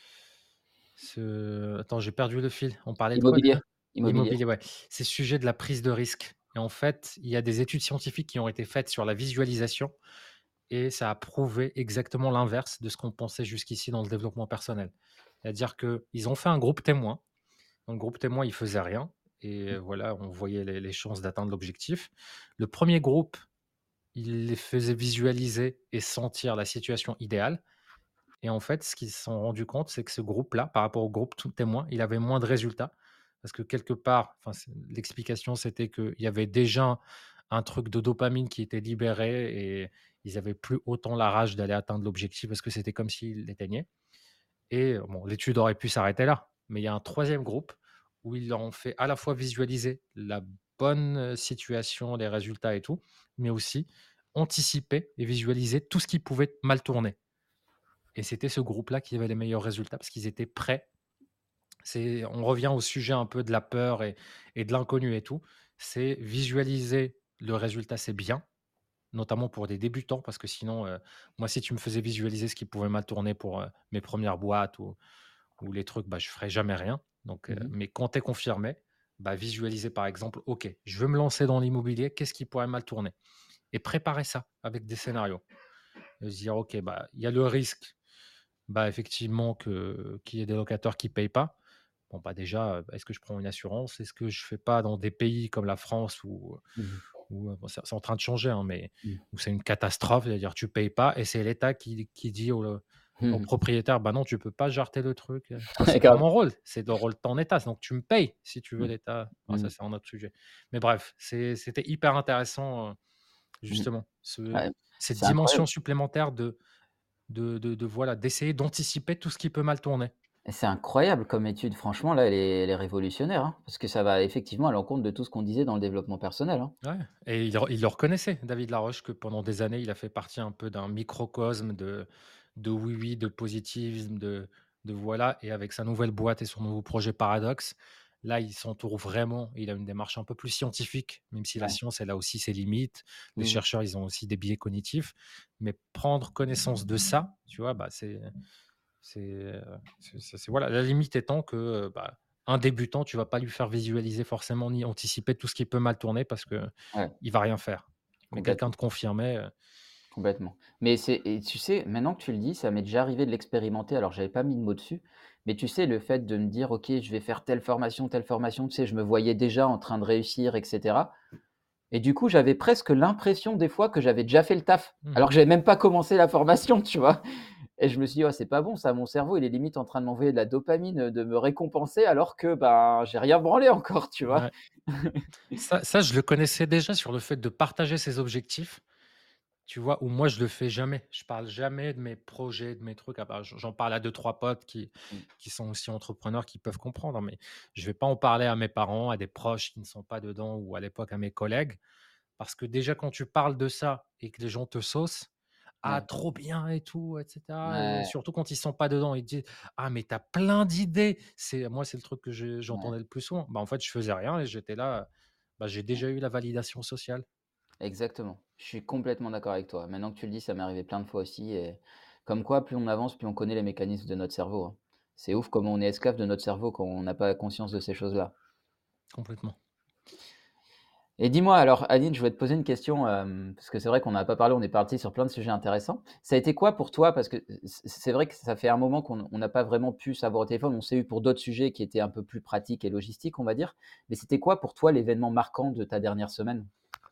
Speaker 2: attends, j'ai perdu le fil. On parlait de quoi
Speaker 1: Immobilier,
Speaker 2: déjà?
Speaker 1: immobilier.
Speaker 2: L'immobilier, ouais. C'est ce sujet de la prise de risque et en fait, il y a des études scientifiques qui ont été faites sur la visualisation et ça a prouvé exactement l'inverse de ce qu'on pensait jusqu'ici dans le développement personnel. C'est-à-dire qu'ils ont fait un groupe témoin. Dans le groupe témoin, ils faisaient rien et voilà, on voyait les chances d'atteindre l'objectif. Le premier groupe, il les faisait visualiser et sentir la situation idéale et en fait, ce qu'ils se sont rendus compte, c'est que ce groupe-là, par rapport au groupe tout témoin, il avait moins de résultats. Parce que quelque part, enfin, l'explication, c'était qu'il y avait déjà un truc de dopamine qui était libéré et ils avaient plus autant la rage d'aller atteindre l'objectif parce que c'était comme s'ils l'éteignaient. Et bon, l'étude aurait pu s'arrêter là. Mais il y a un troisième groupe où ils leur ont fait à la fois visualiser la bonne situation, les résultats et tout, mais aussi anticiper et visualiser tout ce qui pouvait mal tourner. Et c'était ce groupe-là qui avait les meilleurs résultats parce qu'ils étaient prêts. On revient au sujet un peu de la peur et de l'inconnu et tout. C'est visualiser le résultat, c'est bien, notamment pour des débutants parce que sinon, moi, si tu me faisais visualiser ce qui pouvait mal tourner pour, mes premières boîtes ou les trucs, bah, je ferais jamais rien. Donc,
Speaker 1: Mmh.
Speaker 2: mais quand tu es confirmé, bah, visualiser par exemple: «OK, je veux me lancer dans l'immobilier, qu'est-ce qui pourrait mal tourner?» Et préparer ça avec des scénarios. Et se dire: «OK, bah, il y a le risque, bah, effectivement qu'il y ait des locataires qui payent pas. Bon, bah, déjà, est-ce que je prends une assurance? Est-ce que je fais pas dans des pays comme la France
Speaker 1: Mmh.
Speaker 2: où, bon, c'est en train de changer, hein, mais
Speaker 1: Mmh.
Speaker 2: où c'est une catastrophe, c'est-à-dire tu payes pas et c'est l'État qui dit au
Speaker 1: Mmh.
Speaker 2: propriétaire: «Bah, non, tu peux pas jarter le truc». Moi,
Speaker 1: Ouais,
Speaker 2: c'est pas
Speaker 1: grave.
Speaker 2: mon rôle, c'est le rôle de ton État, donc tu me payes si tu veux
Speaker 1: Mmh.
Speaker 2: l'État. Enfin, ça,
Speaker 1: Mmh.
Speaker 2: c'est un autre sujet. Mais bref, c'était hyper intéressant,
Speaker 1: Mmh.
Speaker 2: justement,
Speaker 1: Ouais,
Speaker 2: cette
Speaker 1: c'est
Speaker 2: dimension
Speaker 1: incroyable.
Speaker 2: supplémentaire de voilà, d'essayer d'anticiper tout ce qui peut mal tourner.
Speaker 1: Et c'est incroyable comme étude, franchement, là, elle est révolutionnaire, hein, parce que ça va effectivement à l'encontre de tout ce qu'on disait dans le développement personnel, hein.
Speaker 2: Ouais, et il le reconnaissait, David Laroche, que pendant des années, il a fait partie un peu d'un microcosme de oui-oui, de positivisme, de voilà, et avec sa nouvelle boîte et son nouveau projet Paradox, là, il s'entoure vraiment, il a une démarche un peu plus scientifique, même si la
Speaker 1: Ouais.
Speaker 2: science, elle a aussi ses limites. Les
Speaker 1: Mmh.
Speaker 2: chercheurs, ils ont aussi des biais cognitifs, mais prendre connaissance de ça, tu vois, bah, c'est voilà, la limite étant que, bah, un débutant, tu vas pas lui faire visualiser forcément ni anticiper tout ce qui peut mal tourner parce que
Speaker 1: Ouais,
Speaker 2: il va rien faire. Mais quelqu'un
Speaker 1: complètement.
Speaker 2: de confirmé,
Speaker 1: Complètement. Mais c'est et tu sais, maintenant que tu le dis, ça m'est déjà arrivé de l'expérimenter, alors j'avais pas mis de mots dessus, mais tu sais, le fait de me dire: «OK, je vais faire telle formation», tu sais, je me voyais déjà en train de réussir et cetera et du coup, j'avais presque l'impression des fois que j'avais déjà fait le taf,
Speaker 2: mmh,
Speaker 1: alors que j'avais même pas commencé la formation, tu vois? Et je me suis dit: «Oh, c'est pas bon ça, mon cerveau, il est limite en train de m'envoyer de la dopamine, de me récompenser alors que, ben, j'ai rien branlé encore», tu vois?
Speaker 2: ouais. Ça, je le connaissais déjà sur le fait de partager ses objectifs, tu vois? Où moi, je le fais jamais. Je parle jamais de mes projets, de mes trucs, à part j'en parle à deux trois potes
Speaker 1: Mmh,
Speaker 2: qui sont aussi entrepreneurs, qui peuvent comprendre, mais je vais pas en parler à mes parents, à des proches qui ne sont pas dedans ou à l'époque à mes collègues. Parce que déjà quand tu parles de ça et que les gens te saucent: «Ah
Speaker 1: ouais,
Speaker 2: trop bien et tout et cetera»,
Speaker 1: ouais,
Speaker 2: surtout quand ils sont pas dedans, ils te disent: «Ah mais tu as plein d'idées!» C'est le truc que
Speaker 1: ouais,
Speaker 2: j'entendais le plus souvent. Bah, en fait, je faisais rien et j'étais là, bah, j'ai
Speaker 1: ouais.
Speaker 2: déjà eu la validation sociale.
Speaker 1: Exactement. Je suis complètement d'accord avec toi. Maintenant que tu le dis, ça m'est arrivé plein de fois aussi et comme quoi, plus on avance, plus on connaît les mécanismes de notre cerveau, hein. C'est ouf comment on est esclave de notre cerveau quand on n'a pas conscience de ces choses-là.
Speaker 2: Complètement.
Speaker 1: Et dis-moi alors, Aline, je voulais te poser une question, parce que c'est vrai qu'on n'a pas parlé, on est parti sur plein de sujets intéressants. Ça a été quoi pour toi? Parce que c'est vrai que ça fait un moment qu'on n'a pas vraiment pu savoir au téléphone. On s'est eu pour d'autres sujets qui étaient un peu plus pratiques et logistiques, on va dire. Mais c'était quoi pour toi l'événement marquant de ta dernière semaine?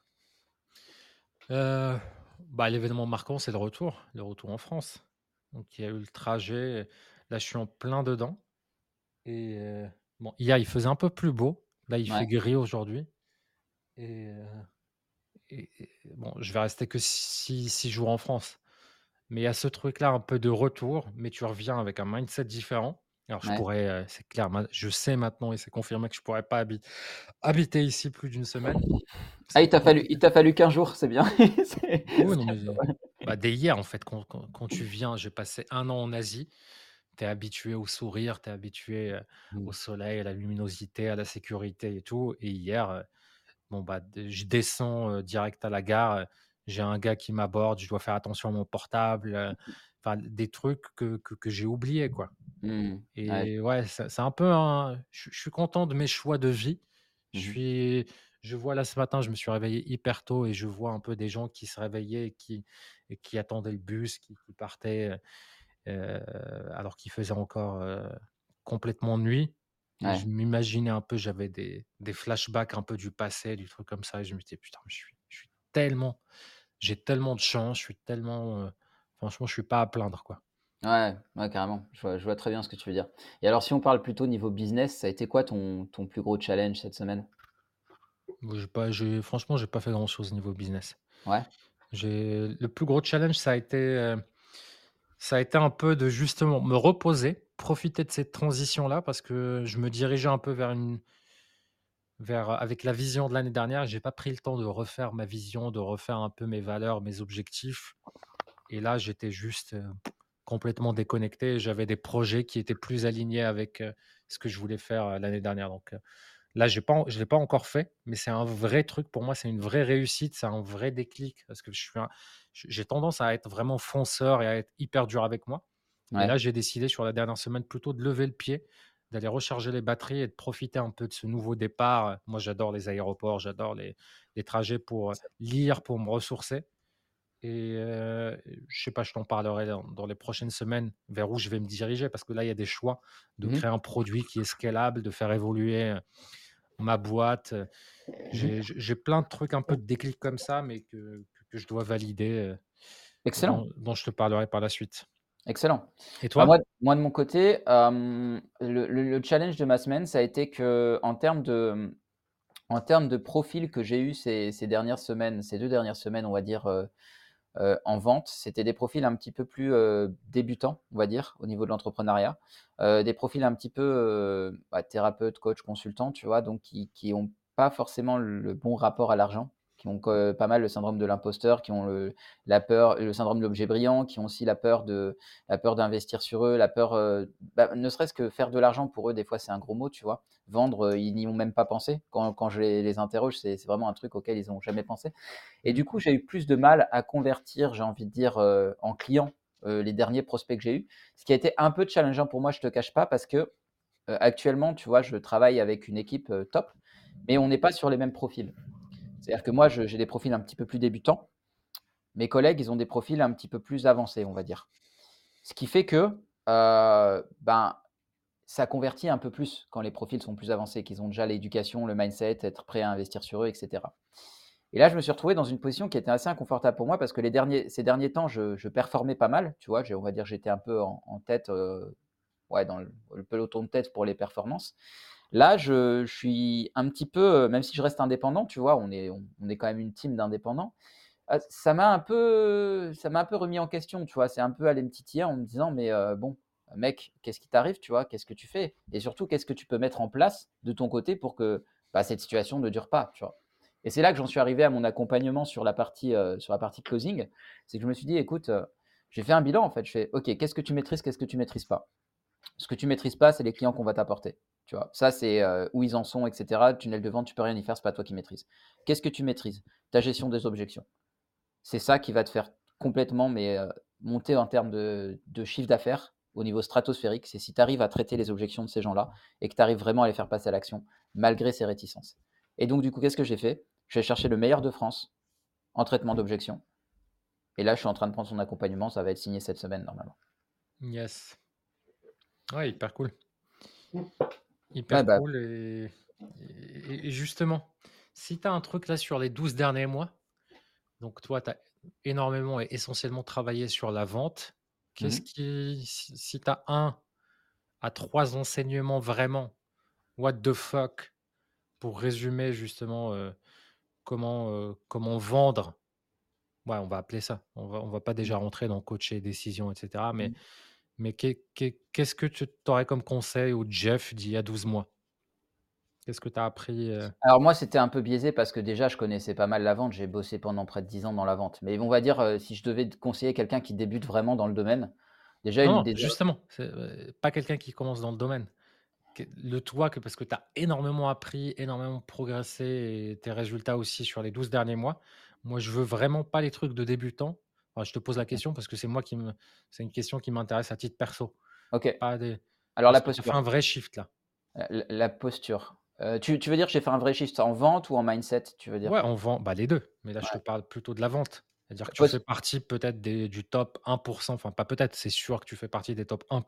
Speaker 2: Heu, Bah, l'événement marquant, c'est le retour en France. Donc il y a eu le trajet, là, je suis en plein dedans et bon, hier, il faisait un peu plus beau. Là, il
Speaker 1: Ouais,
Speaker 2: fait gris aujourd'hui et et bon, je vais rester que six jours en France. Mais il y a ce truc-là un peu de retour, mais tu reviens avec un mindset différent. Alors je
Speaker 1: ouais.
Speaker 2: pourrais, c'est clair, je sais maintenant et c'est confirmé que je pourrais pas habiter ici plus d'une semaine.
Speaker 1: Ah,
Speaker 2: C'est
Speaker 1: il
Speaker 2: compliqué.
Speaker 1: t'a fallu 15 jours, c'est bien.
Speaker 2: Oui, non,
Speaker 1: C'est
Speaker 2: mais bah, dès hier en fait, quand tu viens, j'ai passé un an en Asie, tu es habitué au sourire, tu es habitué, au
Speaker 1: mmh,
Speaker 2: soleil, à la luminosité, à la sécurité et tout, et hier, bon, bah, je descends, direct à la gare, j'ai un gars qui m'aborde, je dois faire attention à mon portable, enfin des trucs que j'ai oubliés, quoi.
Speaker 1: mmh, ouais,
Speaker 2: Et ouais, c'est un peu un je suis content de mes choix de vie. Je
Speaker 1: mmh mh,
Speaker 2: suis je vois là ce matin, je me suis réveillé hyper tôt et je vois un peu des gens qui se réveillaient et qui attendaient le bus, qui partaient, alors qu'il faisait encore, complètement nuit, et je
Speaker 1: ouais,
Speaker 2: m'imaginais un peu, j'avais des flashbacks un peu du passé, du truc comme ça, et je me disais: «Putain, mais je suis tellement j'ai tellement de chance, je suis tellement, franchement, je suis pas à plaindre, quoi».
Speaker 1: ouais, ouais, carrément. Je vois très bien ce que tu veux dire. Et alors si on parle plutôt niveau business, ça a été quoi ton plus gros challenge cette semaine?
Speaker 2: Moi, j'ai pas fait grand chose niveau business.
Speaker 1: Ouais?
Speaker 2: Le plus gros challenge, ça a été un peu de justement me reposer, profiter de cette transition-là parce que je me dirigeais un peu avec la vision de l'année dernière. J'ai pas pris le temps de refaire ma vision, de refaire un peu mes valeurs, mes objectifs, et là, j'étais juste, complètement déconnecté. J'avais des projets qui étaient plus alignés avec, ce que je voulais faire, l'année dernière. Donc, là, je l'ai pas encore fait, mais c'est un vrai truc pour moi, c'est une vraie réussite, c'est un vrai déclic parce que j'ai tendance à être vraiment fonceur et à être hyper dur avec moi. Et
Speaker 1: Ouais,
Speaker 2: là, j'ai décidé sur la dernière semaine plutôt de lever le pied, d'aller recharger les batteries et de profiter un peu de ce nouveau départ. Moi, j'adore les aéroports, j'adore les trajets pour, lire, pour me ressourcer. Et je sais pas, je t'en parlerai dans les prochaines semaines vers où je vais me diriger parce que là, il y a des choix de
Speaker 1: mmh
Speaker 2: créer un produit qui est scalable, de faire évoluer, ma boîte.
Speaker 1: mh.
Speaker 2: J'ai plein de trucs un peu de déclic comme ça, mais que je dois valider,
Speaker 1: Excellent,
Speaker 2: dont je te parlerai par la suite.
Speaker 1: excellent.
Speaker 2: Et
Speaker 1: Bah,
Speaker 2: toi?
Speaker 1: moi de mon côté, le challenge de ma semaine, ça a été qu'en termes de, en termes de profil que j'ai eu ces dernières semaines, ces 2 dernières semaines, on va dire, en vente, c'était des profils un petit peu plus, débutants, on va dire, au niveau de l'entrepreneuriat. Des profils un petit peu, bah, thérapeutes, coach, consultants, tu vois? Donc qui ont pas forcément le bon rapport à l'argent, qui ont que pas mal le syndrome de l'imposteur, qui ont la peur, le syndrome de l'objet brillant, qui ont aussi la peur d'investir sur eux, la peur, bah, ne serait-ce que faire de l'argent pour eux, des fois, c'est un gros mot, tu vois? Vendre, ils n'y ont même pas pensé. Quand je les interroge, c'est vraiment un truc auquel ils ont jamais pensé. Et
Speaker 2: Mmh.
Speaker 1: du coup, j'ai eu plus de mal à convertir, j'ai envie de dire, en clients, les derniers prospects que j'ai eus. Ce qui a été un peu challengeant pour moi, je te cache pas, parce que, actuellement, tu vois, je travaille avec une équipe, top, mais on n'est pas sur les mêmes profils. C'est-à-dire que moi, j'ai des profils un petit peu plus débutants. Mes collègues, ils ont des profils un petit peu plus avancés, on va dire. Ce qui fait que, ben, ça convertit un peu plus quand les profils sont plus avancés, qu'ils ont déjà l'éducation, le mindset, être prêt à investir sur eux, et cetera. Et là, je me suis retrouvé dans une position qui était assez inconfortable pour moi parce que ces derniers temps, je performais pas mal, tu vois? On va dire, j'étais un peu en tête, ouais, dans le peloton de tête pour les performances. Là, je suis un petit peu, même si je reste indépendant, tu vois? On est quand même une team d'indépendants. Ça m'a un peu remis en question, tu vois? C'est un peu allé me titiller en me disant: «Mais, bon, mec, qu'est-ce qui t'arrive?» tu vois? «Qu'est-ce que tu fais?» et surtout, qu'est-ce que tu peux mettre en place de ton côté pour que, bah, cette situation ne dure pas, tu vois? Et c'est là que j'en suis arrivé à mon accompagnement sur la partie closing. C'est que je me suis dit: «Écoute, j'ai fait un bilan, en fait». Je fais: «OK, qu'est-ce que tu maîtrises? Qu'est-ce que tu maîtrises pas?» Ce que tu maîtrises pas, c'est les clients qu'on va t'apporter, tu vois? Ça, c'est, où ils en sont, et cetera. Le tunnel de vente, tu peux rien y faire, c'est pas toi qui maîtrises. Qu'est-ce que tu maîtrises? Ta gestion des objections. C'est ça qui va te faire complètement, mais monter en termes de chiffre d'affaires au niveau stratosphérique. C'est si tu arrives à traiter les objections de ces gens-là et que tu arrives vraiment à les faire passer à l'action malgré ces réticences. Et donc du coup, qu'est-ce que j'ai fait? Je vais chercher le meilleur de France en traitement d'objections et là, je suis en train de prendre son accompagnement, ça va être signé cette semaine normalement.
Speaker 2: Yes. Ouais, hyper cool.
Speaker 1: Ouais,
Speaker 2: Hyper
Speaker 1: bah,
Speaker 2: cool et justement, si tu as un truc là sur les 12 derniers mois, donc toi, tu as énormément et essentiellement travaillé sur la vente.
Speaker 1: mmh
Speaker 2: Qu'est-ce qui si tu as 1 à 3 enseignements vraiment what the fuck pour résumer justement, comment vendre, ouais, on va appeler ça. On va pas déjà rentrer dans coacher, décision et cetera,
Speaker 1: mh.
Speaker 2: mais qu'est-ce que tu aurais comme conseil au Jeff d'il y a 12 mois? Qu'est-ce que tu as appris,
Speaker 1: Alors moi, c'était un peu biaisé parce que déjà, je connaissais pas mal la vente. J'ai bossé pendant près de 10 ans dans la vente. Mais on va dire, si je devais te conseiller quelqu'un qui débute vraiment dans le domaine, déjà
Speaker 2: Non,
Speaker 1: une
Speaker 2: non,
Speaker 1: des
Speaker 2: justement, c'est, pas quelqu'un qui commence dans le domaine. Le toi que parce que tu as énormément appris, énormément progressé et tes résultats aussi sur les 12 derniers mois. Moi, je veux vraiment pas les trucs de débutant. Enfin, je te pose la
Speaker 1: OK.
Speaker 2: question parce que c'est une question qui m'intéresse à titre perso,
Speaker 1: OK.
Speaker 2: pas des
Speaker 1: Alors
Speaker 2: parce
Speaker 1: la
Speaker 2: que tu as fait
Speaker 1: posture,
Speaker 2: un vrai shift là.
Speaker 1: la posture. Tu veux dire j'ai fait un vrai shift en vente ou en mindset, tu veux dire?
Speaker 2: Ouais, on vend bah, les 2, mais là, je te
Speaker 1: Ouais.
Speaker 2: parle plutôt de la vente. C'est-à-dire que tu fais
Speaker 1: Pos
Speaker 2: partie peut-être du top 1, enfin pas peut-être, c'est sûr que tu fais partie des top 1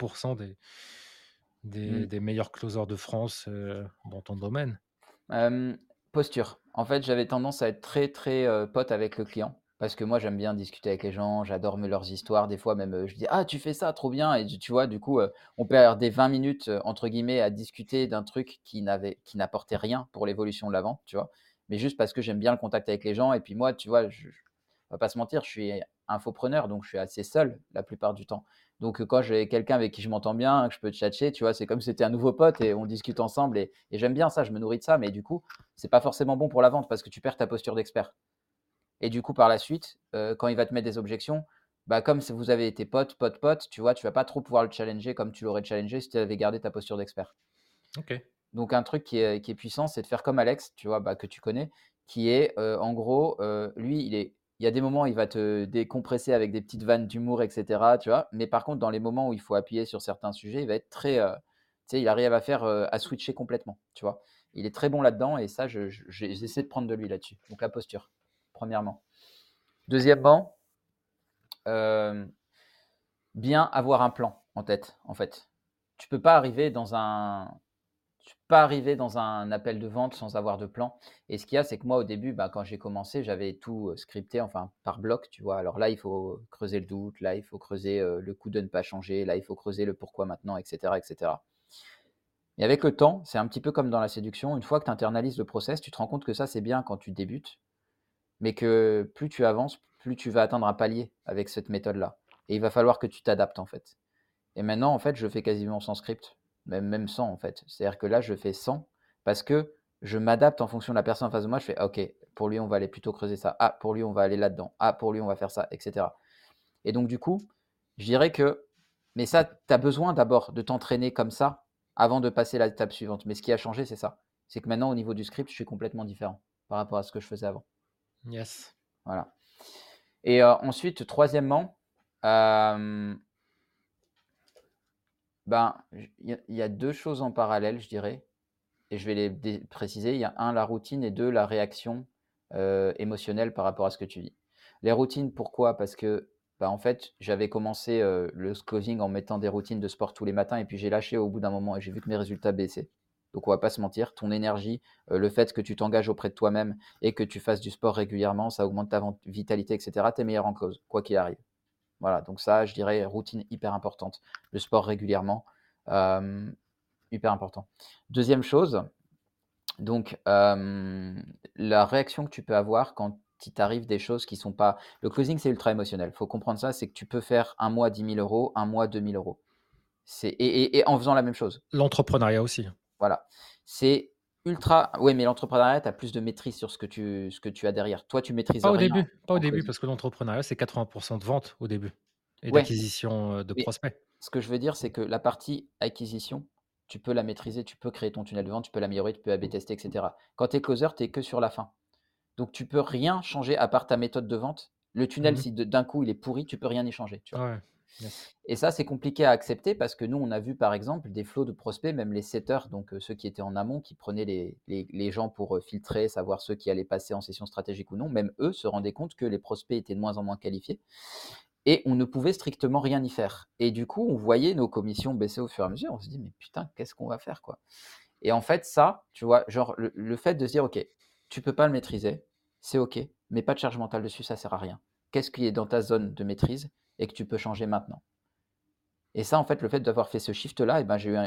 Speaker 1: mmh,
Speaker 2: des meilleurs closers de France, dans ton domaine.
Speaker 1: hem, posture. En fait, j'avais tendance à être très, très, pote avec le client parce que moi, j'aime bien discuter avec les gens, j'adore leurs histoires. Des fois même, je dis: «Ah, tu fais ça, trop bien», et tu vois? Du coup, on perdait 20 minutes, entre guillemets, à discuter d'un truc qui n'apportait rien pour l'évolution de la vente, tu vois? Mais juste parce que j'aime bien le contact avec les gens et puis moi, tu vois, on va pas se mentir, je suis infopreneur, donc je suis assez seul la plupart du temps. Donc, quand j'ai quelqu'un avec qui je m'entends bien, que je peux tchatcher, tu vois? C'est comme si c'était un nouveau pote et on discute ensemble et j'aime bien ça, je me nourris de ça. Mais du coup, c'est pas forcément bon pour la vente parce que tu perds ta posture d'expert. Et du coup, par la suite, quand il va te mettre des objections, bah, comme si vous avez été potes, potes, potes, tu vois? Tu vas pas trop pouvoir le challenger comme tu l'aurais challengé si tu avais gardé ta posture d'expert.
Speaker 2: OK.
Speaker 1: Donc un truc qui est puissant, c'est de faire comme Alex, tu vois? Bah, que tu connais, qui est, en gros, lui, il y a des moments, il va te décompresser avec des petites vannes d'humour et cetera, tu vois? Mais par contre, dans les moments où il faut appuyer sur certains sujets, il va être très, tu sais, il arrive à faire, à switcher complètement, tu vois? Il est très bon là-dedans et ça, j'essaie de prendre de lui là-dessus. Donc la posture, premièrement. Deuxièmement, hem, bien avoir un plan en tête, en fait. Tu peux pas arriver dans un Je suis pas arrivé dans un appel de vente sans avoir de plan et ce qu'il y a, c'est que moi, au début, bah, quand j'ai commencé, j'avais tout, scripté, enfin, par bloc, tu vois? Alors là, il faut creuser le doute, là, il faut creuser, le coup de ne pas changer, là, il faut creuser le pourquoi maintenant et cetera et cetera et avec le temps, c'est un petit peu comme dans la séduction, une fois que tu internalises le process, tu te rends compte que ça, c'est bien quand tu débutes, mais que plus tu avances, plus tu vas atteindre un palier avec cette méthode-là et il va falloir que tu t'adaptes, en fait. Et maintenant, en fait, je fais quasiment sans script, même sans, en fait. C'est-à-dire que là, je fais sans parce que je m'adapte en fonction de la personne en face de moi. Je fais: «Ah, OK, pour lui, on va aller plutôt creuser ça. Ah, pour lui, on va aller là-dedans. Ah, pour lui, on va faire ça» et cetera. Et donc du coup, je dirais que mais ça, tu as besoin d'abord de t'entraîner comme ça avant de passer à l'étape suivante. Mais ce qui a changé, c'est ça. C'est que maintenant, au niveau du script, je suis complètement différent par rapport à ce que je faisais avant.
Speaker 2: Yes.
Speaker 1: Voilà. Et ensuite, troisièmement, hem ben, il y a 2 choses en parallèle, je dirais et je vais les préciser. Il y a un la routine et 2 la réaction, émotionnelle par rapport à ce que tu dis. Les routines, pourquoi? Parce que, bah, en fait, j'avais commencé, le closing en mettant des routines de sport tous les matins et puis j'ai lâché au bout d'un moment et j'ai vu que mes résultats baissaient. Donc on va pas se mentir, ton énergie, le fait que tu t'engages auprès de toi-même et que tu fasses du sport régulièrement, ça augmente ta vitalité et cetera. Tu es meilleur en close, quoi qu'il arrive. Voilà, donc ça, je dirais routine hyper importante. Le sport régulièrement, hem, hyper important. Deuxième chose, donc la réaction que tu peux avoir quand il t'arrive des choses qui sont pas le closing, c'est ultra émotionnel. Il faut comprendre ça, c'est que tu peux faire un mois 10 000 €, un mois 2 000 €. C'est et en faisant la même chose.
Speaker 2: L'entrepreneuriat aussi.
Speaker 1: Voilà. C'est ultra oui, mais l'entrepreneuriat, tu as plus de maîtrise sur ce que tu as derrière. Toi, tu maîtrises rien
Speaker 2: Pas au
Speaker 1: en
Speaker 2: début,
Speaker 1: closing.
Speaker 2: parce que l'entrepreneuriat, c'est 80 de vente au début et
Speaker 1: Ouais.
Speaker 2: d'acquisition, de
Speaker 1: Mais
Speaker 2: prospects.
Speaker 1: ce que je veux dire, c'est que la partie acquisition, tu peux la maîtriser, tu peux créer ton tunnel de vente, tu peux l'améliorer, tu peux A/B tester et cetera. Quand tu es closer, tu es que sur la fin. Donc tu peux rien changer à part ta méthode de vente. Le tunnel,
Speaker 2: Mmh.
Speaker 1: si d'un coup il est pourri, tu peux rien y changer, tu vois?
Speaker 2: Ouais, yes.
Speaker 1: Et ça, c'est compliqué à accepter parce que nous, on a vu par exemple des flots de prospects, même les setters, donc ceux qui étaient en amont, qui prenaient les gens pour, filtrer, savoir ceux qui allaient passer en session stratégique ou non, même eux se rendaient compte que les prospects étaient de moins en moins qualifiés et on ne pouvait strictement rien y faire. Et du coup, on voyait nos commissions baisser au fur et à mesure. On se dit: «Mais putain, qu'est-ce qu'on va faire, quoi?» Et en fait, ça, tu vois, genre le fait de se dire: «OK, tu peux pas le maîtriser, c'est OK, mais pas de charge mentale dessus, ça sert à rien. Qu'est-ce qui est dans ta zone de maîtrise et que tu peux changer maintenant?» Et ça, en fait, le fait d'avoir fait ce shift-là et ben, j'ai eu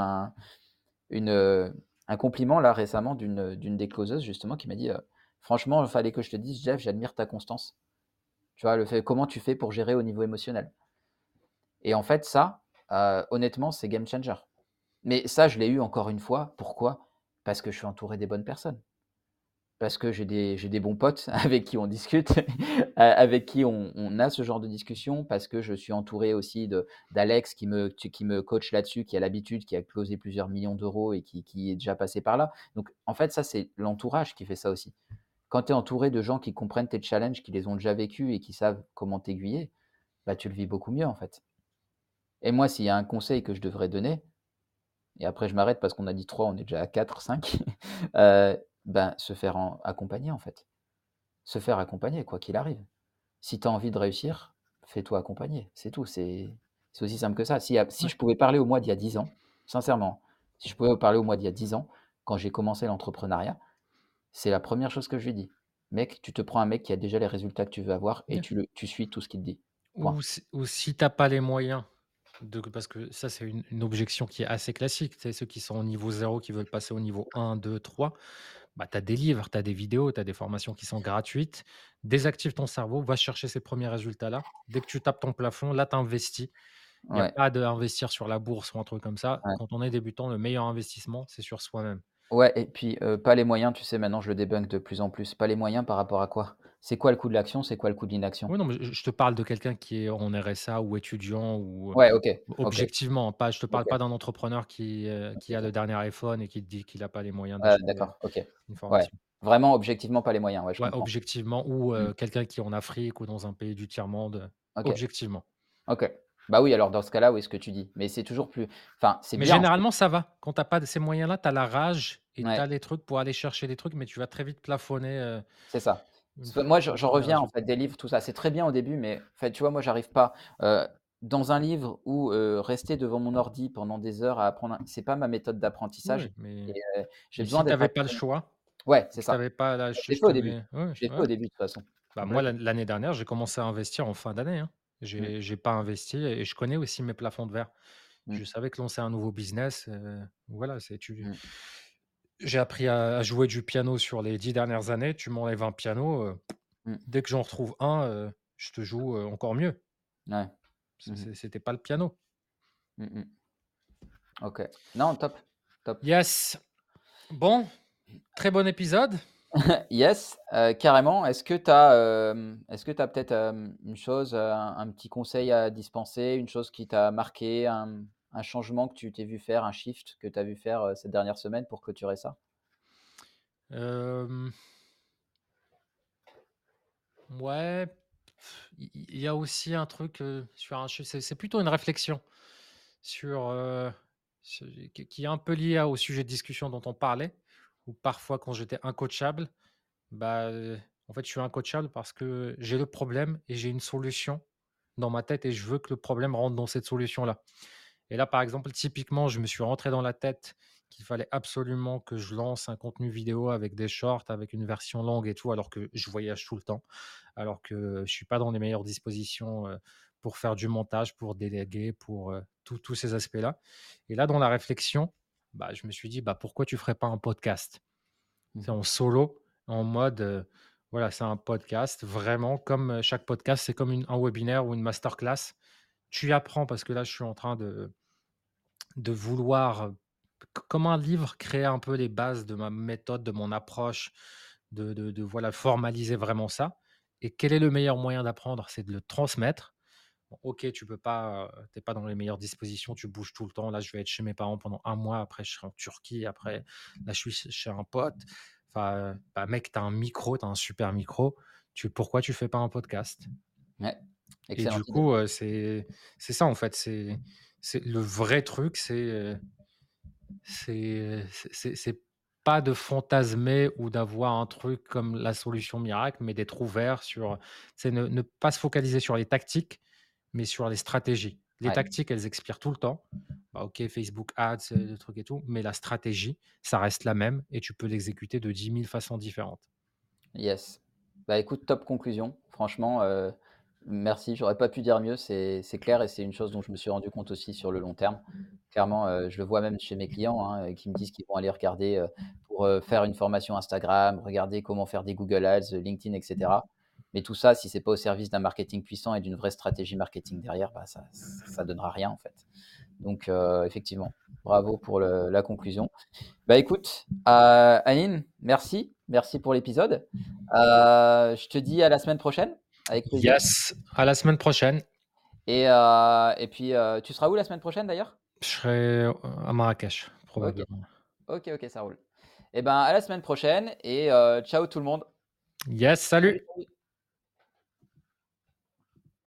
Speaker 1: une, un compliment là récemment d'une des closeuses justement qui m'a dit: «Franchement, il fallait que je te dise Jeff, j'admire ta constance». Tu vois? Le fait comment tu fais pour gérer au niveau émotionnel? Et en fait ça, honnêtement, c'est game changer. Mais ça, je l'ai eu encore une fois. Pourquoi? Parce que je suis entouré des bonnes personnes. Parce que j'ai des bons potes avec qui on discute, avec qui on a ce genre de discussion, parce que je suis entouré aussi d'Alex qui me coach là-dessus, qui a l'habitude, qui a closé plusieurs millions d'euros et qui est déjà passé par là. Donc en fait, ça, c'est l'entourage qui fait ça aussi. Quand tu es entouré de gens qui comprennent tes challenges, qui les ont déjà vécus et qui savent comment t'aiguiller, bah, tu le vis beaucoup mieux en fait. Et moi, s'il y a un conseil que je devrais donner, et après je m'arrête parce qu'on a dit 3, on est déjà à 4, 5, ben, se faire accompagner en fait. Se faire accompagner quoi qu'il arrive. Si tu as envie de réussir, fais-toi accompagner, c'est tout, c'est aussi simple que ça. Si
Speaker 2: Ouais.
Speaker 1: je pouvais parler au moi d'il y a 10 ans, sincèrement, si je pouvais parler au moi d'il y a 10 ans, quand j'ai commencé l'entrepreneuriat, c'est la première chose que je lui dis: «Mec, tu te prends un mec qui a déjà les résultats que tu veux avoir et
Speaker 2: Yeah.
Speaker 1: tu suis tout ce qu'il te dit. Point».
Speaker 2: Ou si tu as pas les moyens parce que ça, c'est une objection qui est assez classique. Tu sais, ceux qui sont au niveau 0 qui veulent passer au niveau 1, 2, 3. Bah, tu as des livres, tu as des vidéos, tu as des formations qui sont gratuites. Désactive ton cerveau, va chercher ces premiers résultats-là. Dès que tu tapes ton plafond, là, tu investis. Il y a
Speaker 1: Ouais,
Speaker 2: pas d'investir sur la bourse ou un truc comme ça.
Speaker 1: ouais.
Speaker 2: Quand on est débutant, le meilleur investissement, c'est sur soi-même.
Speaker 1: Ouais et puis, pas les moyens, tu sais, maintenant je le débunk de plus en plus. Pas les moyens par rapport à quoi? C'est quoi le coût de l'action? C'est quoi le coût de l'inaction?
Speaker 2: Oui, non, mais je te parle de quelqu'un qui est en RSA ou étudiant ou,
Speaker 1: Ouais, OK, OK,
Speaker 2: objectivement, pas je te parle
Speaker 1: OK,
Speaker 2: pas d'un entrepreneur
Speaker 1: OK,
Speaker 2: qui a le
Speaker 1: OK.
Speaker 2: dernier iPhone et qui te dit qu'il a pas les moyens d'acheter,
Speaker 1: D'accord, OK.
Speaker 2: une
Speaker 1: Ouais,
Speaker 2: formation.
Speaker 1: vraiment objectivement pas les moyens, ouais, je
Speaker 2: Ouais,
Speaker 1: comprends.
Speaker 2: objectivement ou,
Speaker 1: Mmh.
Speaker 2: quelqu'un qui est en Afrique ou dans un pays du tiers-monde,
Speaker 1: OK,
Speaker 2: objectivement.
Speaker 1: OK. Bah oui, alors dans ce cas-là, oui, ce que tu dis. Mais c'est toujours plus enfin, c'est
Speaker 2: Mais
Speaker 1: bien en fait.
Speaker 2: généralement, ça va. Quand tu as pas de ces moyens-là, tu as la rage et tu
Speaker 1: Ouais,
Speaker 2: as les trucs pour aller chercher des trucs, mais tu vas très vite plafonner,
Speaker 1: c'est ça.
Speaker 2: une
Speaker 1: C'est
Speaker 2: fois
Speaker 1: moi,
Speaker 2: que tu as un
Speaker 1: j'en
Speaker 2: peu des
Speaker 1: reviens en
Speaker 2: résultats.
Speaker 1: fait des livres, tout ça. C'est très bien au début, mais en fait, tu vois, moi, j'arrive pas, dans un livre ou rester devant mon ordi pendant des heures à apprendre un c'est pas ma méthode d'apprentissage
Speaker 2: Oui, mais
Speaker 1: et j'ai
Speaker 2: mais
Speaker 1: besoin
Speaker 2: si tu
Speaker 1: d'être
Speaker 2: avais pas le
Speaker 1: accompagné.
Speaker 2: choix
Speaker 1: Ouais,
Speaker 2: et
Speaker 1: c'est
Speaker 2: que tu
Speaker 1: ça.
Speaker 2: avais pas là,
Speaker 1: Je l'ai
Speaker 2: je
Speaker 1: fait au
Speaker 2: te
Speaker 1: début.
Speaker 2: mets ouais,
Speaker 1: Je l'ai fait
Speaker 2: ouais.
Speaker 1: au début de toute façon,
Speaker 2: Bah, moi,
Speaker 1: complètement.
Speaker 2: l'année dernière, j'ai commencé à investir en fin d'année, hein.
Speaker 1: Mmh,
Speaker 2: J'ai pas investi et je connais aussi mes plafonds de verre.
Speaker 1: mmh,
Speaker 2: Je savais que lancer un nouveau business, voilà, c'est tu
Speaker 1: mmh,
Speaker 2: j'ai appris à jouer du piano sur les 10 dernières années. Tu m'enlèves un piano,
Speaker 1: mmh,
Speaker 2: dès que j'en retrouve un, je te joue, encore mieux.
Speaker 1: ouais. Mmh mh.
Speaker 2: C'était pas le piano.
Speaker 1: Mmh mh. OK. Non, top, top.
Speaker 2: Yes. Bon, très bon épisode.
Speaker 1: Yes, carrément. Est-ce que tu as peut-être, une chose, un petit conseil à dispenser, une chose qui t'a marqué, un changement que tu t'es vu faire, un shift que tu as vu faire, ces dernières semaines pour clôturer ça?
Speaker 2: Hem, ouais, il y a aussi un truc, sur un c'est plutôt une réflexion sur, ce qui est un peu liée au sujet de discussion dont on parlait, où parfois quand j'étais incoachable, bah, en fait, je suis incoachable parce que j'ai le problème et j'ai une solution dans ma tête et je veux que le problème rentre dans cette solution-là. Et là, par exemple, typiquement, je me suis rentré dans la tête qu'il fallait absolument que je lance un contenu vidéo avec des shorts, avec une version longue et tout, alors que je voyage tout le temps, alors que je suis pas dans les meilleures dispositions, pour faire du montage, pour déléguer, pour, tous ces aspects-là. Et là, dans la réflexion, bah, je me suis dit: «Bah, pourquoi tu ferais pas un podcast?»
Speaker 1: Mmh
Speaker 2: C'est
Speaker 1: mh.
Speaker 2: en solo, en mode, voilà, c'est un podcast vraiment comme, chaque podcast, c'est comme un webinaire ou une masterclass. Tu y apprends parce que là, je suis en train de vouloir, comme un livre, créer un peu les bases de ma méthode, de mon approche, voilà, formaliser vraiment ça. Et quel est le meilleur moyen d'apprendre? C'est de le transmettre. Bon, OK, tu peux pas, tu pas dans les meilleures dispositions, tu bouges tout le temps. Là, je vais être chez mes parents pendant un mois, après je serai en Turquie, après là, je suis chez un pote. Enfin, bah, mec, tu as un micro, tu as un super micro, pourquoi tu fais pas un podcast?
Speaker 1: Ouais,
Speaker 2: Et du
Speaker 1: excellente idée.
Speaker 2: coup, c'est ça en fait, c'est le vrai truc, c'est pas de fantasmer ou d'avoir un truc comme la solution miracle, mais d'être ouvert sur c'est ne pas se focaliser sur les tactiques, mais sur les stratégies. Les
Speaker 1: Ouais,
Speaker 2: tactiques, elles expirent tout le temps. Bah, OK, Facebook Ads, le truc et tout, mais la stratégie, ça reste la même et tu peux l'exécuter de 10 000 façons différentes.
Speaker 1: yes. Bah, écoute, top conclusion. Franchement, merci, j'aurais pas pu dire mieux, c'est clair et c'est une chose dont je me suis rendu compte aussi sur le long terme. Clairement, je le vois même chez mes clients, hein, qui me disent qu'ils vont aller regarder, pour, faire une formation Instagram, regarder comment faire des Google Ads, LinkedIn et cetera. Mais tout ça, si c'est pas au service d'un marketing puissant et d'une vraie stratégie marketing derrière, bah, ça donnera rien, en fait. Donc, effectivement, bravo pour la conclusion. Bah, écoute, Aline, merci. Merci pour l'épisode. Je te dis à la semaine prochaine, avec plaisir
Speaker 2: Yes, à la semaine prochaine.
Speaker 1: et puis, tu seras où la semaine prochaine d'ailleurs?
Speaker 2: Je serai, à Marrakech,
Speaker 1: OK,
Speaker 2: probablement.
Speaker 1: OK, OK, ça roule. Et ben, à la semaine prochaine et ciao tout le monde.
Speaker 2: Yes,
Speaker 1: Salut,
Speaker 2: salut!
Speaker 1: salut.